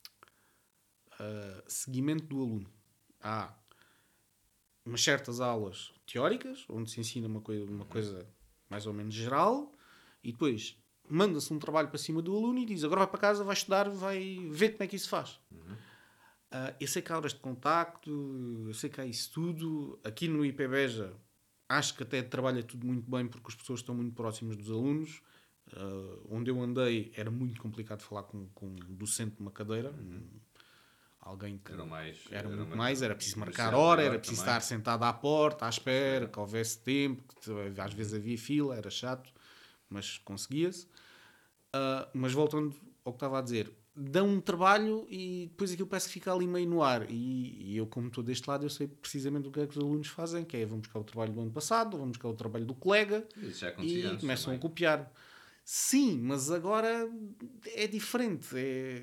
seguimento do aluno. Há umas certas aulas teóricas, onde se ensina uma coisa, uma coisa mais ou menos geral, e depois manda-se um trabalho para cima do aluno e diz: agora vai para casa, vai estudar, vai ver como é que isso faz. Uhum. Uh, eu sei que há horas de contacto, eu sei que há isso tudo. Aqui no I P Beja acho que até trabalha tudo muito bem, porque as pessoas estão muito próximas dos alunos. Uh, onde eu andei era muito complicado falar com, com um docente de uma cadeira. Uhum. Alguém que era, mais, era, era muito uma, mais, era preciso marcar hora, era preciso também estar sentado à porta, à espera, é. que houvesse tempo, que às vezes havia fila, era chato, mas conseguia-se. Uh, mas voltando ao que estava a dizer, dão um trabalho e depois aquilo parece que fica ali meio no ar. E, e eu, como estou deste lado, eu sei precisamente o que é que os alunos fazem, que é: vamos buscar o trabalho do ano passado, vamos buscar o trabalho do colega e começam também a copiar. Sim, mas agora é diferente. É...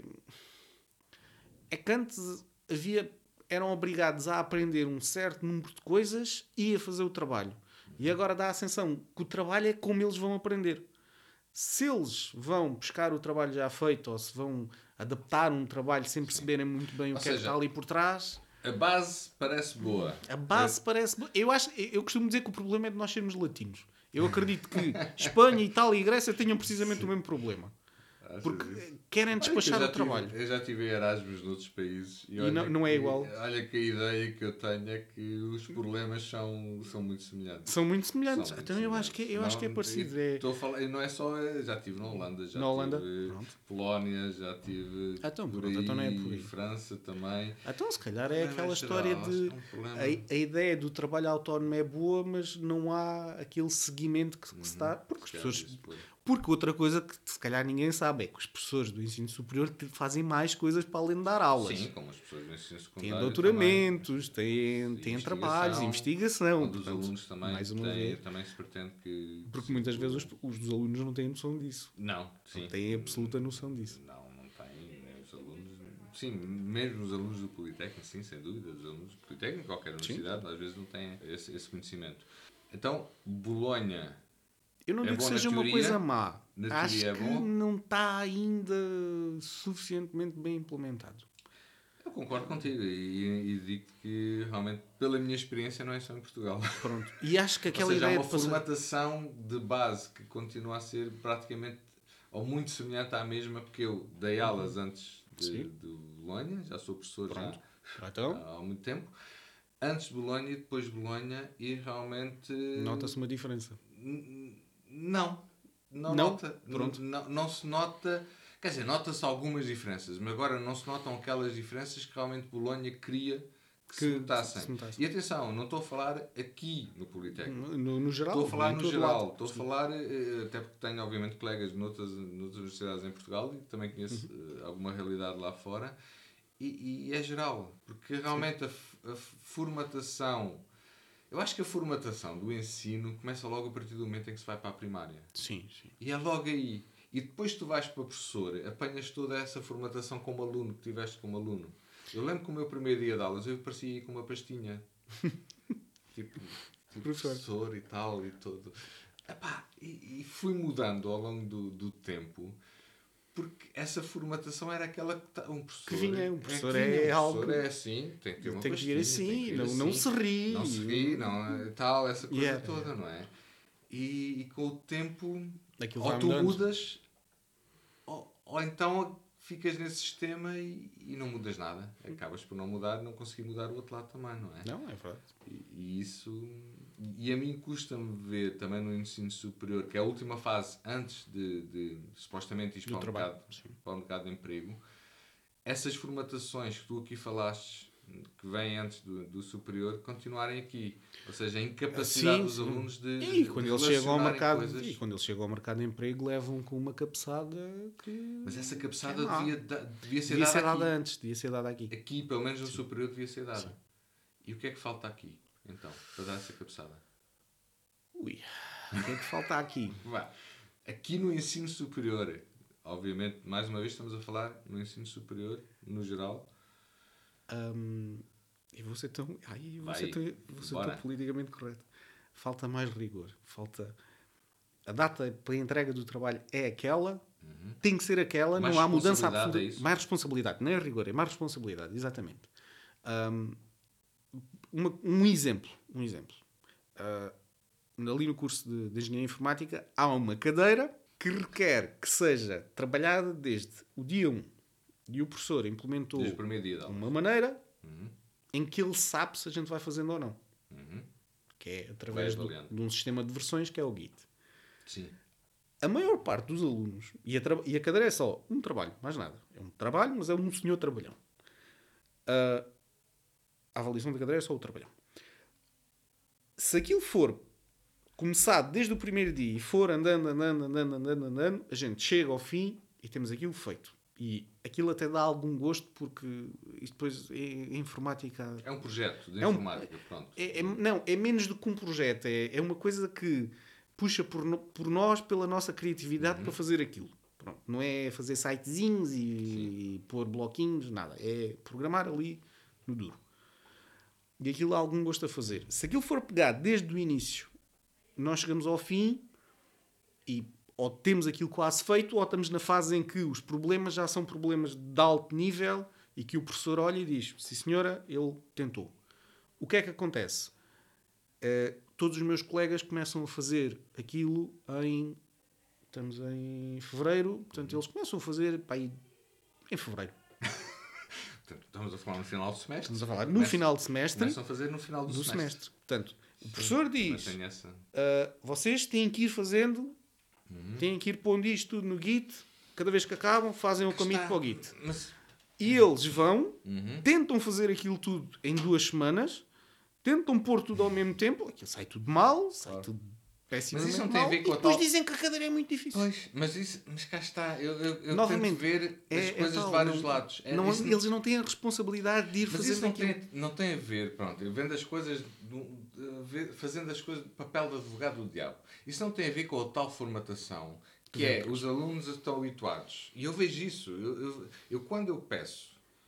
É que antes havia, eram obrigados a aprender um certo número de coisas e a fazer o trabalho. E agora dá a sensação que o trabalho é como eles vão aprender. Se eles vão buscar o trabalho já feito ou se vão adaptar um trabalho sem perceberem muito bem o que é que está ali por trás... A base parece boa. A base é. parece boa. Eu, acho, eu costumo dizer que o problema é de nós sermos latinos. Eu acredito que Espanha, Itália e Grécia tenham precisamente Sim. o mesmo problema. Porque isso. querem despachar o tive, trabalho. Eu já tive Erasmus noutros países e, e não, não é que, igual. Olha que a ideia que eu tenho é que os problemas são, são muito semelhantes. São muito semelhantes. São muito então semelhantes. eu, acho que, eu não, acho que é parecido. É... Estou a falar, não é só. Já estive na Holanda, já na Holanda? tive Pronto. Polónia, já tive ah, então, por pronto, aí, então não é por aí. França também. Então se calhar é aquela é história geral, de. É um a, a ideia do trabalho autónomo é boa, mas não há aquele seguimento que, que uhum. se dá. Porque as pessoas. Porque outra coisa que se calhar ninguém sabe é que os professores do ensino superior fazem mais coisas para além de dar aulas. Sim, como as pessoas do ensino secundário. Têm doutoramentos, têm, têm trabalhos, investigação. Dos alunos também, mais uma tem, vez. também se pretende que... Porque muitas vezes os, os dos alunos não têm noção disso. Não, sim. Não têm absoluta noção disso. Não, não têm. Os alunos... Sim, mesmo os alunos do Politécnico, sim, sem dúvida. Os alunos do Politécnico, qualquer universidade, sim. às vezes não têm esse, esse conhecimento. Então, Bolonha... Eu não é digo que seja teoria, uma coisa má. Na Acho é que bom. não está ainda suficientemente bem implementado. Eu concordo contigo e, e digo que realmente, pela minha experiência, não é só em Portugal. Pronto. E acho que aquela Ou seja, ideia há uma de passar... formatação de base que continua a ser praticamente ou muito semelhante à mesma, porque eu dei aulas antes de, de Bolonha, já sou professor já, então. há, há muito tempo. Antes de Bolonha e depois de Bolonha, e realmente... Nota-se uma diferença. Não, não, não? nota. Pronto. Não, não se nota, quer dizer, nota-se algumas diferenças, mas agora não se notam aquelas diferenças que realmente Bolonha queria que, que se notassem. Se notasse. E atenção, não estou a falar aqui no Politécnico. No, no, no geral. Estou a falar no geral. Estou a falar, até porque tenho obviamente colegas noutras, noutras universidades em Portugal e também conheço uhum. alguma realidade lá fora. E, e é geral, porque realmente a, a formatação... Eu acho que a formatação do ensino começa logo a partir do momento em que se vai para a primária. Sim, sim. E é logo aí. e depois tu vais para professor, apanhas toda essa formatação como aluno, que tiveste como aluno. Eu lembro que o meu primeiro dia de aulas eu parecia com uma pastinha. tipo, tipo professor e tal, e todo. Epá, e, e fui mudando ao longo do, do tempo, porque essa formatação era aquela que tá, um professor que vinha, um professor é, é, vinha, um algo professor é assim, tem que ter uma tem pastinha, que ir assim, tem que ir não, assim, não se ri, não se ri, não, tal, essa coisa yeah. toda, não é? E, e com o tempo, Aquilo ou tu mudando. mudas, ou, ou então ficas nesse sistema e, e não mudas nada. Acabas por não mudar, não conseguir mudar o outro lado também, não é? Não, é verdade. E, e isso... E a mim custa-me ver também no ensino superior, que é a última fase antes de, de supostamente ir para o, mercado, para o mercado de emprego, essas formatações que tu aqui falaste, que vêm antes do, do superior, continuarem aqui. Ou seja, a incapacidade sim, dos alunos de, e de, quando de eles chegam ao mercado coisas. E quando eles chegam ao mercado de emprego levam com uma cabeçada que... Mas essa cabeçada é devia, devia ser devia dada ser dada aqui. antes, devia ser dada aqui. Aqui, pelo menos no sim. superior, devia ser dada. Sim. E o que é que falta aqui, então, para dar essa cabeçada? Ui, o que é que falta aqui? Aqui no ensino superior, obviamente, mais uma vez estamos a falar no ensino superior, no geral. Um, e vou ser tão, ai, vou ser tão, vou ser tão politicamente correto. Falta mais rigor. Falta... A data para a entrega do trabalho é aquela, uhum. tem que ser aquela, mais não há mudança absoluta. É mais responsabilidade, não é rigor, é mais responsabilidade, exatamente. Um, uma, um exemplo, um exemplo. Uh, ali no curso de, de Engenharia Informática há uma cadeira que requer que seja trabalhada desde o dia um e o professor implementou de uma maneira uhum. em que ele sabe se a gente vai fazendo ou não. Uhum. Que é através do, de um sistema de versões que é o Git. Sim. A maior parte dos alunos, e a, tra- e a cadeira é só um trabalho, mais nada. É um trabalho, mas é um senhor trabalhão. Uh, a avaliação da cadeira é só o trabalhão. Se aquilo for começado desde o primeiro dia e for andando, andando, andando, andando, andando, a gente chega ao fim e temos aquilo feito. E aquilo até dá algum gosto porque isto depois é, é informática... É um projeto de informática, é um, pronto. É, é, não, é menos do que um projeto. É, é uma coisa que puxa por, no, por nós, pela nossa criatividade uhum. para fazer aquilo. Pronto. Não é fazer sitezinhos e, e pôr bloquinhos, nada. É programar ali no duro. E aquilo há algum gosto a fazer. Se aquilo for pegado desde o início, nós chegamos ao fim e ou temos aquilo quase feito, ou estamos na fase em que os problemas já são problemas de alto nível e que o professor olha e diz, sim senhora, ele tentou. O que é que acontece? Uh, todos os meus colegas começam a fazer aquilo em... Estamos em fevereiro, portanto eles começam a fazer pá, em fevereiro. Estamos a falar no final do semestre. Estamos a falar no Começa, final do semestre. Começam a fazer no final do, do semestre. semestre. Portanto, o professor diz, essa... uh, vocês têm que ir fazendo, uhum. têm que ir pondo isto tudo no Git, cada vez que acabam, fazem o commit para o Git. Mas... E eles vão, uhum. tentam fazer aquilo tudo em duas semanas, tentam pôr tudo ao mesmo tempo, aquilo sai tudo mal, sai claro. tudo pessimamente mas isso não mal, tem a ver com e depois tal... dizem que a cadeira é muito difícil. Pois, mas, isso, mas cá está, eu, eu, eu novamente, tento ver as é, coisas é tal, de vários não, lados. É, não, não... Eles não têm a responsabilidade de ir mas fazendo isso não aquilo. Tem, não tem a ver, pronto, eu vendo as coisas, fazendo as coisas, papel de advogado do diabo. Isso não tem a ver com a tal formatação, que é, os alunos estão habituados. E eu vejo isso, eu, eu, eu quando eu peço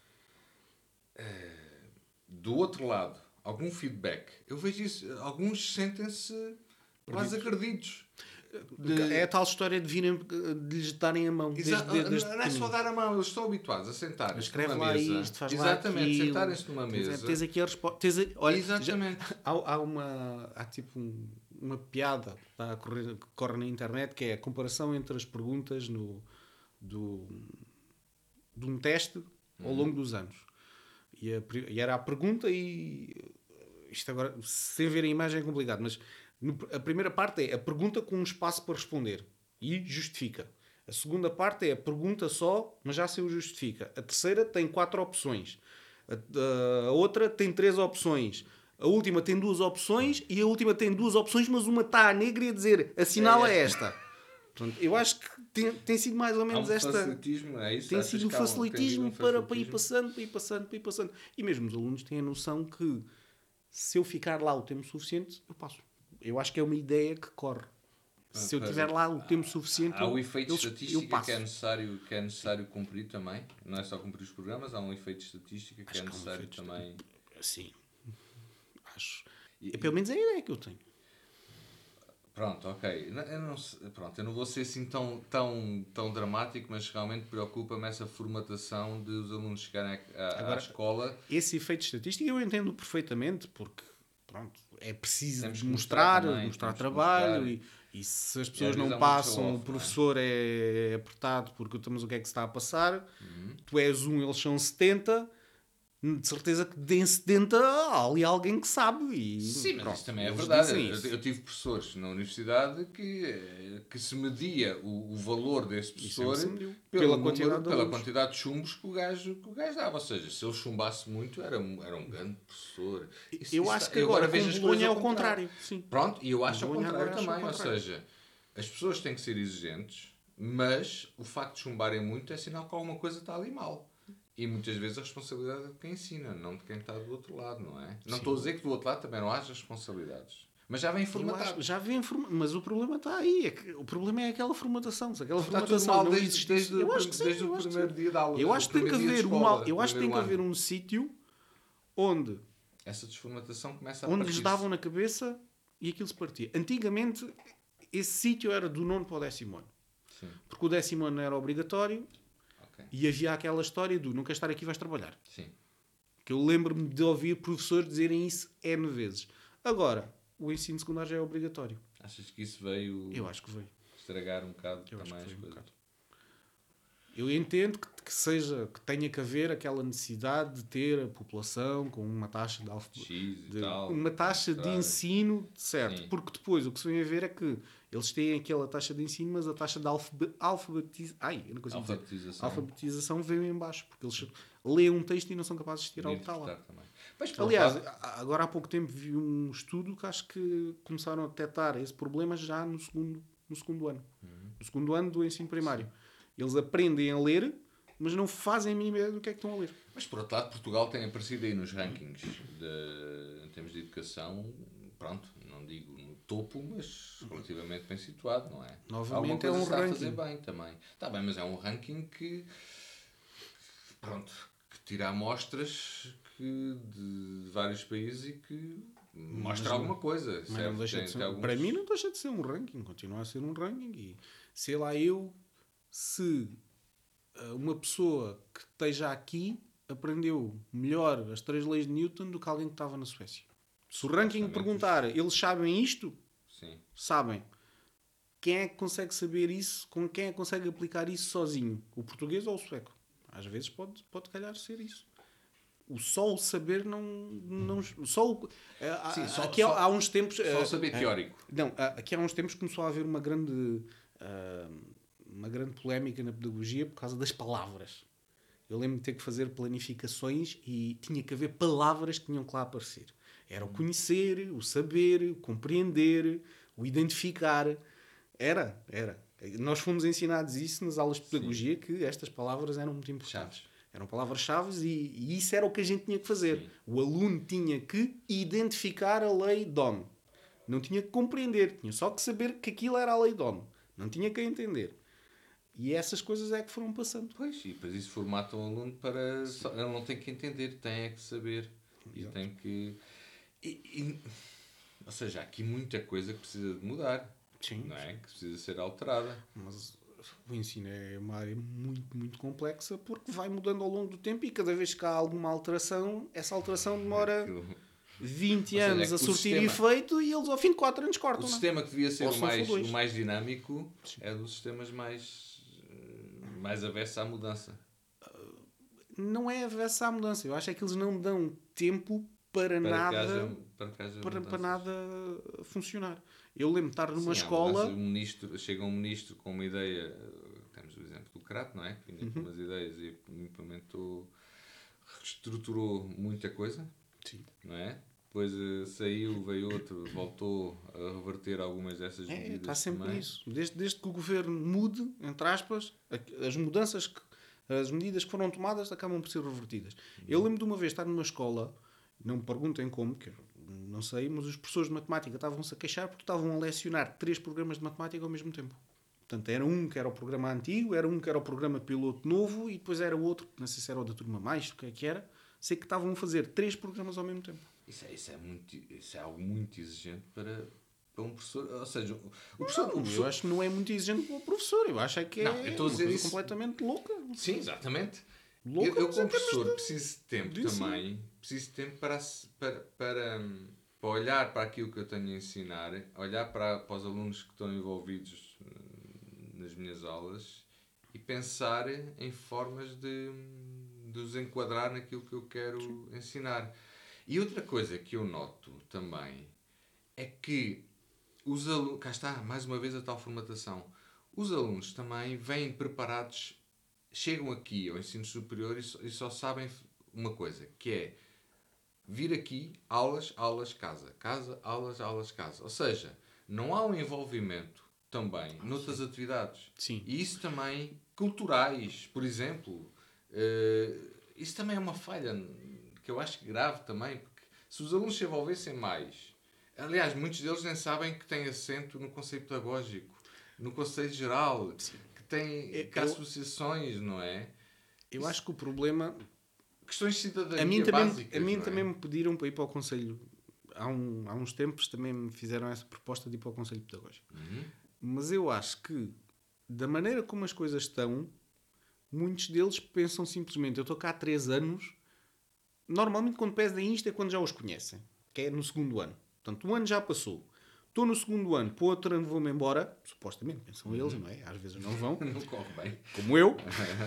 uh, do outro lado algum feedback, eu vejo isso, alguns sentem-se quase agredidos. De... É a tal história de virem, de lhes darem a mão. Exa- desde, desde não é só dar a mão, eles estão habituados a sentarem-se numa lá mesa. Isto, faz exatamente, lá sentarem-se numa mesa. Tens, tens aqui a resposta. Olha, exatamente. Já, há, há uma há tipo um, uma piada que, está a correr, que corre na internet, que é a comparação entre as perguntas no, do, de um teste ao longo dos anos. E, a, e era a pergunta e isto agora, sem ver a imagem é complicado, mas no, a primeira parte é a pergunta com um espaço para responder e justifica. A segunda parte é a pergunta só, mas já se o justifica. A terceira tem quatro opções. A, a outra tem três opções. A última tem duas opções e a última tem duas opções, mas uma está a negra e a dizer assinala é esta. Pronto, eu acho que tem, tem sido mais ou menos um esta... facilitismo, é isso? Tem sido um facilitismo, um para, para ir passando, para ir passando, para ir passando. E mesmo os alunos têm a noção que se eu ficar lá o tempo suficiente, eu passo. Eu acho que é uma ideia que corre. Se eu tiver lá o tempo suficiente, há o efeito eu, estatístico eu passo. que é, necessário, que é necessário cumprir também. Não é só cumprir os programas, há um efeito estatístico que Acho é que há um necessário efeito também. Sim. Acho. E- É pelo menos a ideia que eu tenho. Pronto, ok. Não- Eu não, sei- pronto, eu não vou ser assim tão, tão, tão dramático, mas realmente preocupa-me essa formatação de os alunos chegarem à, à- à Agora, escola. Esse efeito estatístico eu entendo perfeitamente, porque pronto, é preciso Temos que mostrar, mostrar também, mostrar temos que trabalho mostrar. e, e se as E pessoas às vezes não há muito passam, show-off, o não é? professor é apertado porque estamos o que é que se está a passar, Uhum. tu és um, eles são setenta, de certeza que de setenta há ali alguém que sabe. E, Sim, mas pronto, isso também é eles verdade. dizem Eu, isso. eu tive professores na universidade que, eh, que se media o, o valor desse Isso é professor que se mediu. pelo Pela número- quantidade de pela alunos. quantidade de chumbos que o, gajo, que o gajo dava. Ou seja, se ele chumbasse muito, era, um- era um grande professor. Isso- Eu isso acho está- que agora, vejo com as Bolonha coisas é ao o contrário. Sim. Pronto, e eu acho ao Bolonha contrário agora acho também. ao Ou contrário. seja, as pessoas têm que ser exigentes, mas o facto de chumbarem muito é sinal que alguma coisa está ali mal. E muitas vezes a responsabilidade é de quem ensina, não de quem está do outro lado, não é? Não Sim. estou a dizer que do outro lado também não haja responsabilidades. Mas já vem Eu formatado. acho- já vem forma- mas o problema está aí. É que, o problema é aquela formatação. Se aquela Está tudo formatação mal não desde, existe, desde, eu o, acho que sim, desde eu o acho que primeiro sim. dia de aula. Eu acho que tem que haver uma, eu acho que tem que haver um sítio onde, Essa desformatação começa a onde partir. lhes davam na cabeça e aquilo se partia. Antigamente, esse sítio era do nono para o décimo ano. Sim, Porque o décimo ano era obrigatório ok. e havia aquela história do não queres estar aqui, vais trabalhar. Sim. Que eu lembro-me de ouvir professores dizerem isso N vezes. Agora, o ensino secundário já é obrigatório. Achas que isso veio Eu acho que veio. estragar um bocado Eu acho também que as foi um coisas? bocado. Eu entendo que, que seja, que tenha que haver aquela necessidade de ter a população com uma taxa de, alfa, X e de tal. uma taxa de mostrar. ensino certo, Sim. porque depois o que se vem a ver é que eles têm aquela taxa de ensino, mas a taxa de alfabe- alfabetização, ai, eu não consigo dizer. Alfabetização. Alfabetização veio em baixo, porque eles leem um texto e não são capazes de tirar o que está lá. Interpretar também. Mas, por Aliás, outro lado, a- agora há pouco tempo vi um estudo que acho que começaram a detectar esse problema já no segundo, no segundo ano. Uhum. No segundo ano do ensino primário. Eles aprendem a ler, mas não fazem a mínima ideia do que é que estão a ler. Mas por outro lado, Portugal tem aparecido aí nos rankings de, em termos de educação, pronto, não digo no topo, mas relativamente bem situado, não é? Novamente Alguma é coisa um está ranking. a fazer bem também. Está bem, mas é um ranking que, pronto, que tira amostras que, de vários países e que mostra não- alguma coisa. Mas não certo? deixa Tem- de tem ser, alguns- Para mim não deixa de ser um ranking, continua a ser um ranking. E sei lá eu se ah, uma pessoa que esteja aqui aprendeu melhor as três leis de Newton do que alguém que estava na Suécia. Se o ranking Supostamente perguntar, eles sabem isto? Sim. Sabem. Quem é que consegue saber isso? Com quem é que consegue aplicar isso sozinho? O português ou o sueco? Às vezes pode, pode calhar ser isso. O só o saber não... não só o, ah, Sim, ah, só- aqui há, só- há uns tempos... Só ah, o saber ah, teórico. não, ah, aqui há uns tempos começou a haver uma grande... ah, uma grande polémica na pedagogia por causa das palavras. Eu lembro de ter que fazer planificações e tinha que haver palavras que tinham que lá aparecer. Era o conhecer, o saber, o compreender, o identificar. Era, era. Nós fomos ensinados isso nas aulas de pedagogia, que estas palavras eram muito importantes. Chaves. Eram palavras-chave e, e isso era o que a gente tinha que fazer. Sim. O aluno tinha que identificar a lei D O M. Não tinha que compreender, tinha só que saber que aquilo era a lei D O M. Não tinha que entender. E essas coisas é que foram passando. Pois, e depois isso formata o aluno para... Só, ele não tem que entender, tem é que saber. E Exato. tem que... E, e- ou seja, há aqui muita coisa que precisa de mudar. Sim. Não é? Que precisa ser alterada. Mas o ensino é uma área muito, muito complexa porque vai mudando ao longo do tempo e cada vez que há alguma alteração, essa alteração demora Aquilo- vinte Ou seja, anos é que a o surtir sistema- efeito e eles ao fim de quatro anos O cortam. não é? sistema que devia ser Ou o são mais, dois. o mais dinâmico é dos sistemas mais, eh, mais avessos à mudança. Não é avessa à mudança. Eu acho é que eles não dão tempo para, Para que nada, haja, para que haja para, para mudanças. nada funcionar. Eu lembro de estar numa Sim, há escola... mudanças. Um ministro, chega um ministro com uma ideia, eh, temos o exemplo do Crato, não é? Que vinha com Uhum. umas ideias e implementou, reestruturou muita coisa, Sim. não é? Depois eh, saiu, veio outro, voltou a reverter algumas dessas É, medidas está sempre também. nisso. Desde, desde que o governo mude, entre aspas, a- as mudanças, que, as medidas que foram tomadas acabam por ser revertidas. Eu lembro de uma vez estar numa escola, não me perguntem como, que não sei, mas os professores de matemática estavam-se a queixar porque estavam a lecionar três programas de matemática ao mesmo tempo. Portanto, era um que era o programa antigo, era um que era o programa piloto novo e depois era outro, não sei se era o da turma mais, o que é que era. Sei que estavam a fazer três programas ao mesmo tempo. Isso é, isso é, muito, isso é algo muito exigente para, para um professor. Ou seja, o professor, Não, o professor... eu acho que não é muito exigente para o professor. Eu acho é que é não, eu estou a dizer uma coisa isso... completamente louca. Sim, exatamente. Louca, eu, eu mas como em termos professor, de- preciso de tempo de ensino. também. Preciso de tempo para, se- para, para, hum, para olhar para aquilo que eu tenho a ensinar, olhar para, para os alunos que estão envolvidos hum, nas minhas aulas e pensar em formas de, de os enquadrar naquilo que eu quero Sim. ensinar. E outra coisa que eu noto também é que os alunos... Cá está, mais uma vez a tal formatação. Os alunos também vêm preparados, chegam aqui ao ensino superior e só, e só sabem uma coisa, que é vir aqui, aulas, aulas, casa. Casa, aulas, aulas, casa. Ou seja, não há um envolvimento também noutras atividades. Sim. E isso também, culturais, por exemplo, uh, isso também é uma falha que eu acho grave também, porque se os alunos se envolvessem mais, aliás, muitos deles nem sabem que têm assento no conceito pedagógico, no conceito geral, Sim. que têm eu, que há associações, não é? Eu isso, acho que o problema... Questões de cidadania a mim também, básicas, a mim não é? também me pediram para ir para o Conselho. Há, um, há uns tempos também me fizeram essa proposta de ir para o Conselho Pedagógico. Uhum. Mas eu acho que, da maneira como as coisas estão, muitos deles pensam simplesmente, eu estou cá há três anos, normalmente quando pedem isto é quando já os conhecem, que é no segundo ano. Portanto, o ano já passou. Estou no segundo ano, para o outro ano vou-me embora, supostamente, pensam uhum. eles, não é? Às vezes não vão. Não corre bem. Como eu.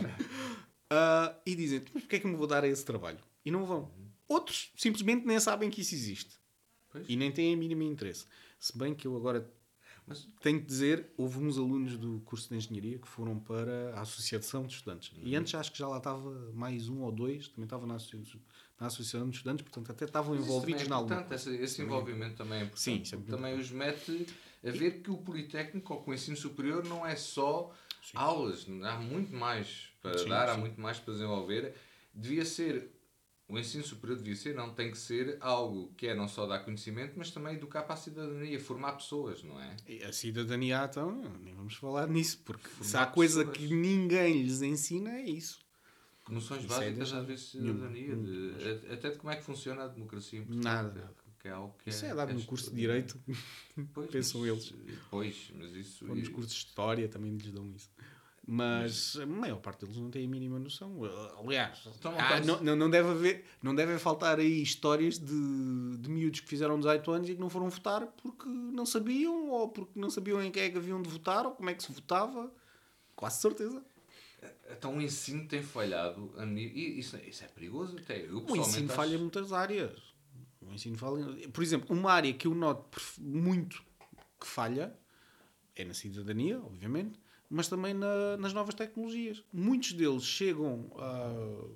uh, e dizem, mas porquê é que me vou dar a esse trabalho? E não vão. Uhum. Outros simplesmente nem sabem que isso existe. Pois. E nem têm a mínimo interesse. Se bem que eu agora... Mas tenho que dizer, houve uns alunos do curso de Engenharia que foram para a Associação de Estudantes. Uhum. E antes acho que já lá estava mais um ou dois, também estava na Associação, na associação de Estudantes, portanto até estavam Mas envolvidos é na alguma coisa. Esse, esse envolvimento também é importante. Sim, isso é também os mete a ver que o Politécnico ou que o ensino superior não é só sim. aulas, há muito mais para sim, dar, sim. há muito mais para desenvolver. Devia ser... O ensino superior devia ser, não tem que ser algo que é não só dar conhecimento, mas também educar para a cidadania, formar pessoas, não é? E a cidadania, então, nem vamos falar nisso, porque formar se há coisa pessoas. Que ninguém lhes ensina, é isso. Noções isso básicas, é às vezes, de cidadania, de, de, até de como é que funciona a democracia. Nada, nada. Que é algo que isso é, é dado no curso de Direito, pois, pensam mas, eles. Pois, mas isso... Ou nos cursos de História também lhes dão isso. Mas a maior parte deles não tem a mínima noção. Aliás, então, ah, não, não, deve haver, não deve faltar aí histórias de, de miúdos que fizeram dezoito anos e que não foram votar porque não sabiam, ou porque não sabiam em quem é que haviam de votar, ou como é que se votava. Quase certeza. Então o ensino tem falhado. E isso, isso é perigoso até. Eu, o ensino acho... falha em muitas áreas. O ensino falha... Por exemplo, uma área que eu noto muito que falha é na cidadania, obviamente, mas também na, nas novas tecnologias. Muitos deles chegam uh,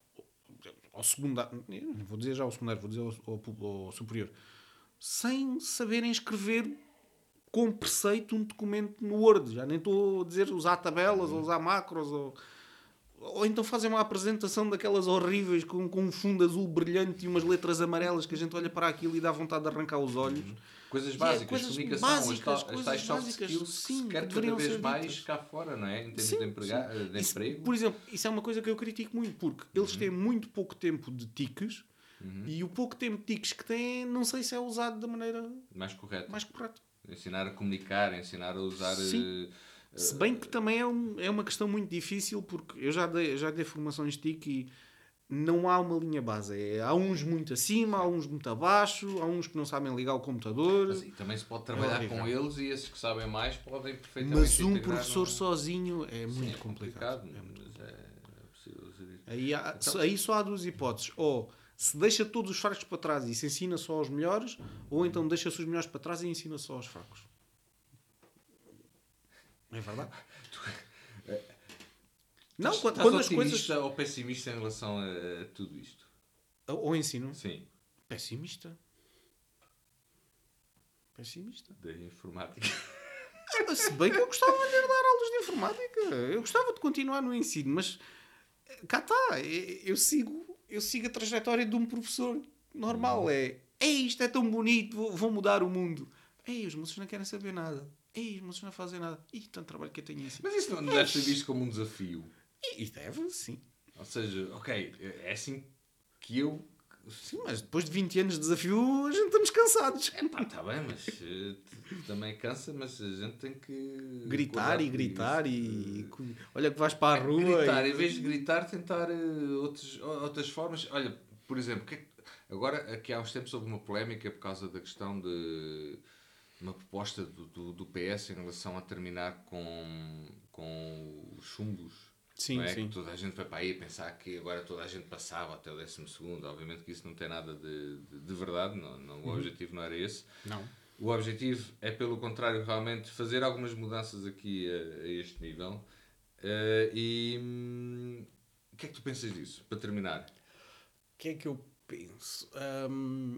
ao secundário, não vou dizer já ao secundário, vou dizer ao, ao, ao superior, sem saberem escrever com preceito um documento no Word. Já nem estou a dizer usar tabelas, uhum. ou usar macros, ou, ou então fazem uma apresentação daquelas horríveis com, com um fundo azul brilhante e umas letras amarelas que a gente olha para aquilo e dá vontade de arrancar os olhos. Uhum. Coisas básicas, é, coisas comunicação, básicas, as, coisas tais soft básicas, skills sim, que se quer cada vez mais cá fora, não é? Em termos sim, de, emprega, de isso, emprego. Por exemplo, isso é uma coisa que eu critico muito, porque eles uhum. têm muito pouco tempo de tiques uhum. e o pouco tempo de tiques que têm, não sei se é usado da maneira mais correta. Mais correta. Ensinar a comunicar, ensinar a usar... Sim. Uh, se bem que também é, um, é uma questão muito difícil, porque eu já dei, já dei formações de TIC e não há uma linha base. É, há uns muito acima, há uns muito abaixo, há uns que não sabem ligar o computador. Mas, e também se pode trabalhar é com eles e esses que sabem mais podem perfeitamente Mas um professor no... sozinho é Sim, muito é complicado. complicado. É muito mas é, é possível dizer. Aí, há, então... aí só há duas hipóteses. Ou se deixa todos os fracos para trás e se ensina só aos melhores, ou então deixa-se os melhores para trás e ensina só aos fracos. É verdade? Não, quando, estás quando otimista as coisas... ou pessimista em relação a, a tudo isto? Ao ensino? Sim. Pessimista. Pessimista. Da informática. Se bem que eu gostava de lhe dar aulas de informática. Eu gostava de continuar no ensino, mas cá está. Eu sigo, eu sigo a trajetória de um professor normal. Hum. É Ei, isto é tão bonito, vou, vou mudar o mundo. Ei, os moços não querem saber nada. Ei, os moços não fazem nada. Ih, tanto trabalho que eu tenho assim. Mas isso não deve ser visto como um desafio. E deve, sim. Ou seja, ok, é assim que eu... Sim, mas depois de vinte anos de desafio, a gente estamos cansados. É pá, está bem, mas uh, também cansa, mas a gente tem que... Gritar e gritar e... e... Olha que vais para a rua... Gritar, e... em vez de gritar, tentar uh, outros, outras formas. Olha, por exemplo, que é que... agora aqui há uns tempos houve uma polémica por causa da questão de... uma proposta do, do, do P S em relação a terminar com, com os chumbos. Sim, não é? sim. Que toda a gente foi para aí pensar que agora toda a gente passava até o décimo segundo. Obviamente que isso não tem nada de, de, de verdade, não, não, o uhum. objetivo não era esse. Não. O objetivo é, pelo contrário, realmente fazer algumas mudanças aqui a, a este nível. Uh, e hum, o que é que tu pensas disso, para terminar? O que é que eu penso? Hum,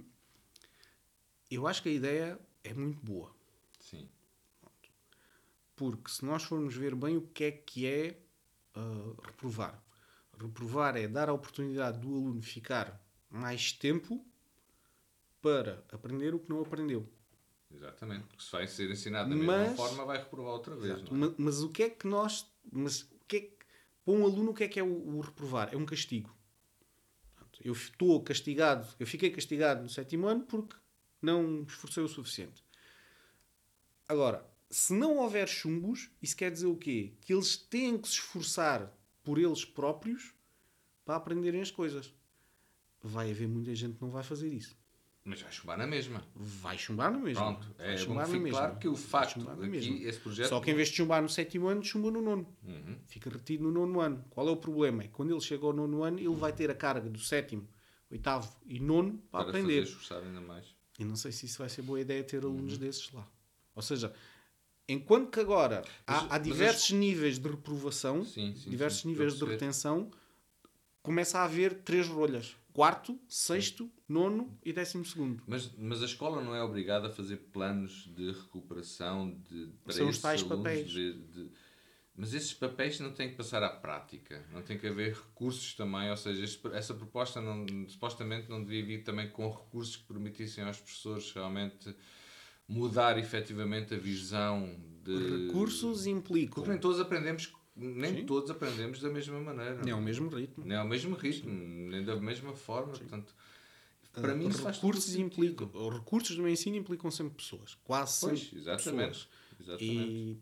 eu acho que a ideia é muito boa. Sim. Porque se nós formos ver bem o que é que é uh, reprovar. Reprovar é dar a oportunidade do aluno ficar mais tempo para aprender o que não aprendeu. Exatamente, porque se vai ser ensinado da mas, mesma forma, vai reprovar outra vez. Exato, não é? mas, mas o que é que nós... Mas o que é que, para um aluno, o que é que é o, o reprovar? É um castigo. Eu estou castigado, eu fiquei castigado no sétimo ano porque não me esforcei o suficiente. Agora, se não houver chumbos, isso quer dizer o quê? Que eles têm que se esforçar por eles próprios para aprenderem as coisas. Vai haver muita gente que não vai fazer isso. Mas vai chumbar na mesma. Vai chumbar na mesma. Pronto, vai é bom que fique claro que o facto aqui, esse projeto... Só que em vez de chumbar no sétimo ano, chumba no nono. Uhum. Fica retido no nono ano. Qual é o problema? É que quando ele chega ao nono ano, ele vai ter a carga do sétimo, oitavo e nono para, para aprender. Para fazer esforçar ainda mais. E não sei se isso vai ser boa ideia ter alunos uhum. desses lá. Ou seja, enquanto que agora mas, há, há diversos as... níveis de reprovação, sim, sim, diversos sim, níveis de retenção, começa a haver três rolhas. Quarto, sexto, nono e décimo segundo. Mas, mas a escola não é obrigada a fazer planos de recuperação de, para São os esses tais alunos papéis. De, de... Mas esses papéis não têm que passar à prática. Não tem que haver recursos também. Ou seja, este, essa proposta não, supostamente não devia vir também com recursos que permitissem aos professores realmente mudar efetivamente a visão de... Recursos implicam... Porque nem todos aprendemos... Nem Sim. todos aprendemos da mesma maneira. Nem ao mesmo ritmo. Nem ao mesmo ritmo, Sim. nem da mesma forma. Sim. Portanto, para uh, mim, isso recursos implicam. Os recursos do ensino implicam sempre pessoas. Quase pois, sempre exatamente. pessoas. Exatamente.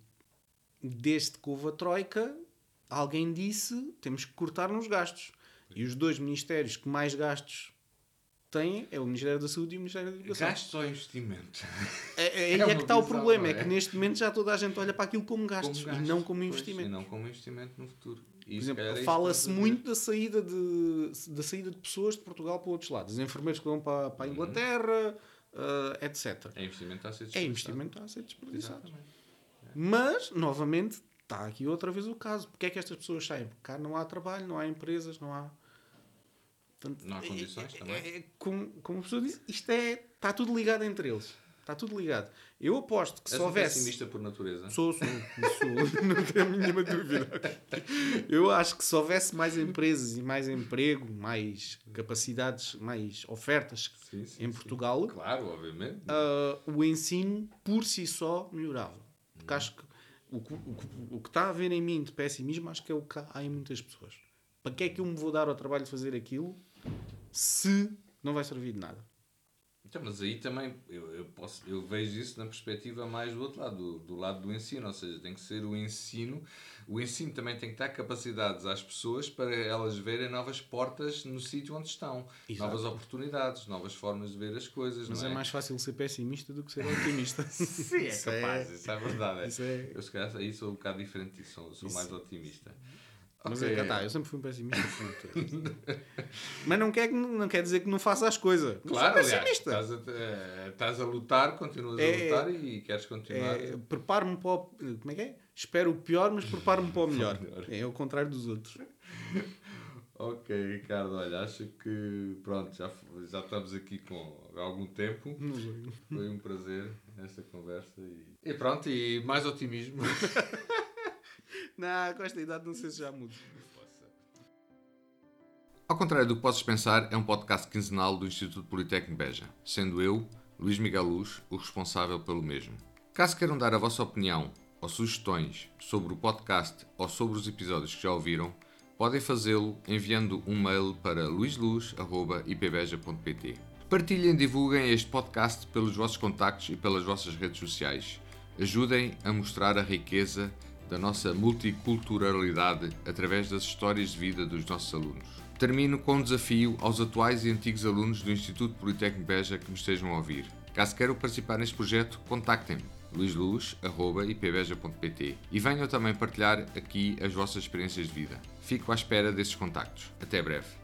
E desde que houve a Troika, alguém disse temos que cortar nos gastos. E os dois ministérios que mais gastos têm é o Ministério da Saúde e o Ministério da Educação. Gastos ou investimento? É, é, é, é, é que está o problema, é? é que neste momento já toda a gente olha para aquilo como gastos, como gastos e não como pois, investimento. E não como investimento no futuro. E, por exemplo, fala-se muito da saída, de, da saída de pessoas de Portugal para outros lados. Os enfermeiros que vão para, para a Inglaterra, uhum. uh, etcétera. É investimento a ser desperdiçado. É investimento a ser desperdiçado. Exatamente. Mas, novamente, está aqui outra vez o caso. Porque é que estas pessoas saem? Porque cá não há trabalho, não há empresas, não há... Portanto, não há condições é, também. É, é, como, como a pessoa disse, isto é... Está tudo ligado entre eles. Está tudo ligado. Eu aposto que És se um houvesse... pessimista por natureza? Sou, sou. sou não tenho a mínima dúvida. Eu acho que se houvesse mais empresas e mais emprego, mais capacidades, mais ofertas sim, sim, em Portugal... Sim. Claro, obviamente. Uh, o ensino, por si só, melhorava. Porque hum. acho que o, o, o que está a haver em mim de pessimismo, acho que é o que há em muitas pessoas. Para que é que eu me vou dar ao trabalho de fazer aquilo se não vai servir de nada? Então, mas aí também eu, eu, posso, eu vejo isso na perspectiva mais do outro lado, do, do lado do ensino, ou seja, tem que ser o ensino, o ensino também tem que dar capacidades às pessoas para elas verem novas portas no sítio onde estão, Exato. Novas oportunidades, novas formas de ver as coisas. Mas não é? é mais fácil ser pessimista do que ser otimista. Sim, é isso capaz, é, isso é verdade. Isso é... Eu se calhar aí sou um bocado diferente disso, sou, sou mais otimista. Mas okay. é, tá, eu sempre fui um pessimista. Mas não quer, não quer dizer que não faça as coisas. Claro, aliás, estás a, estás a lutar, continuas é, a lutar e queres continuar. É, preparo-me para o... Como é que é? Espero o pior, mas preparo-me para o melhor. É o contrário dos outros. Ok, Ricardo, olha, acho que pronto, já, já estamos aqui com algum tempo. Foi um prazer esta conversa. E, e pronto, e mais otimismo. Não, com esta idade não sei se já mudo. Ao contrário do que possas pensar, é um podcast quinzenal do Instituto Politécnico Beja, sendo eu, Luís Miguel Luz, o responsável pelo mesmo. Caso queiram dar a vossa opinião ou sugestões sobre o podcast ou sobre os episódios que já ouviram, podem fazê-lo enviando um mail para luisluz arroba i p beja ponto p t. Partilhem e divulguem este podcast pelos vossos contactos e pelas vossas redes sociais. Ajudem a mostrar a riqueza da nossa multiculturalidade através das histórias de vida dos nossos alunos. Termino com um desafio aos atuais e antigos alunos do Instituto Politécnico Beja que me estejam a ouvir. Caso queiram participar neste projeto, contactem-me, luisluz arroba i p beja ponto p t, e venham também partilhar aqui as vossas experiências de vida. Fico à espera desses contactos. Até breve.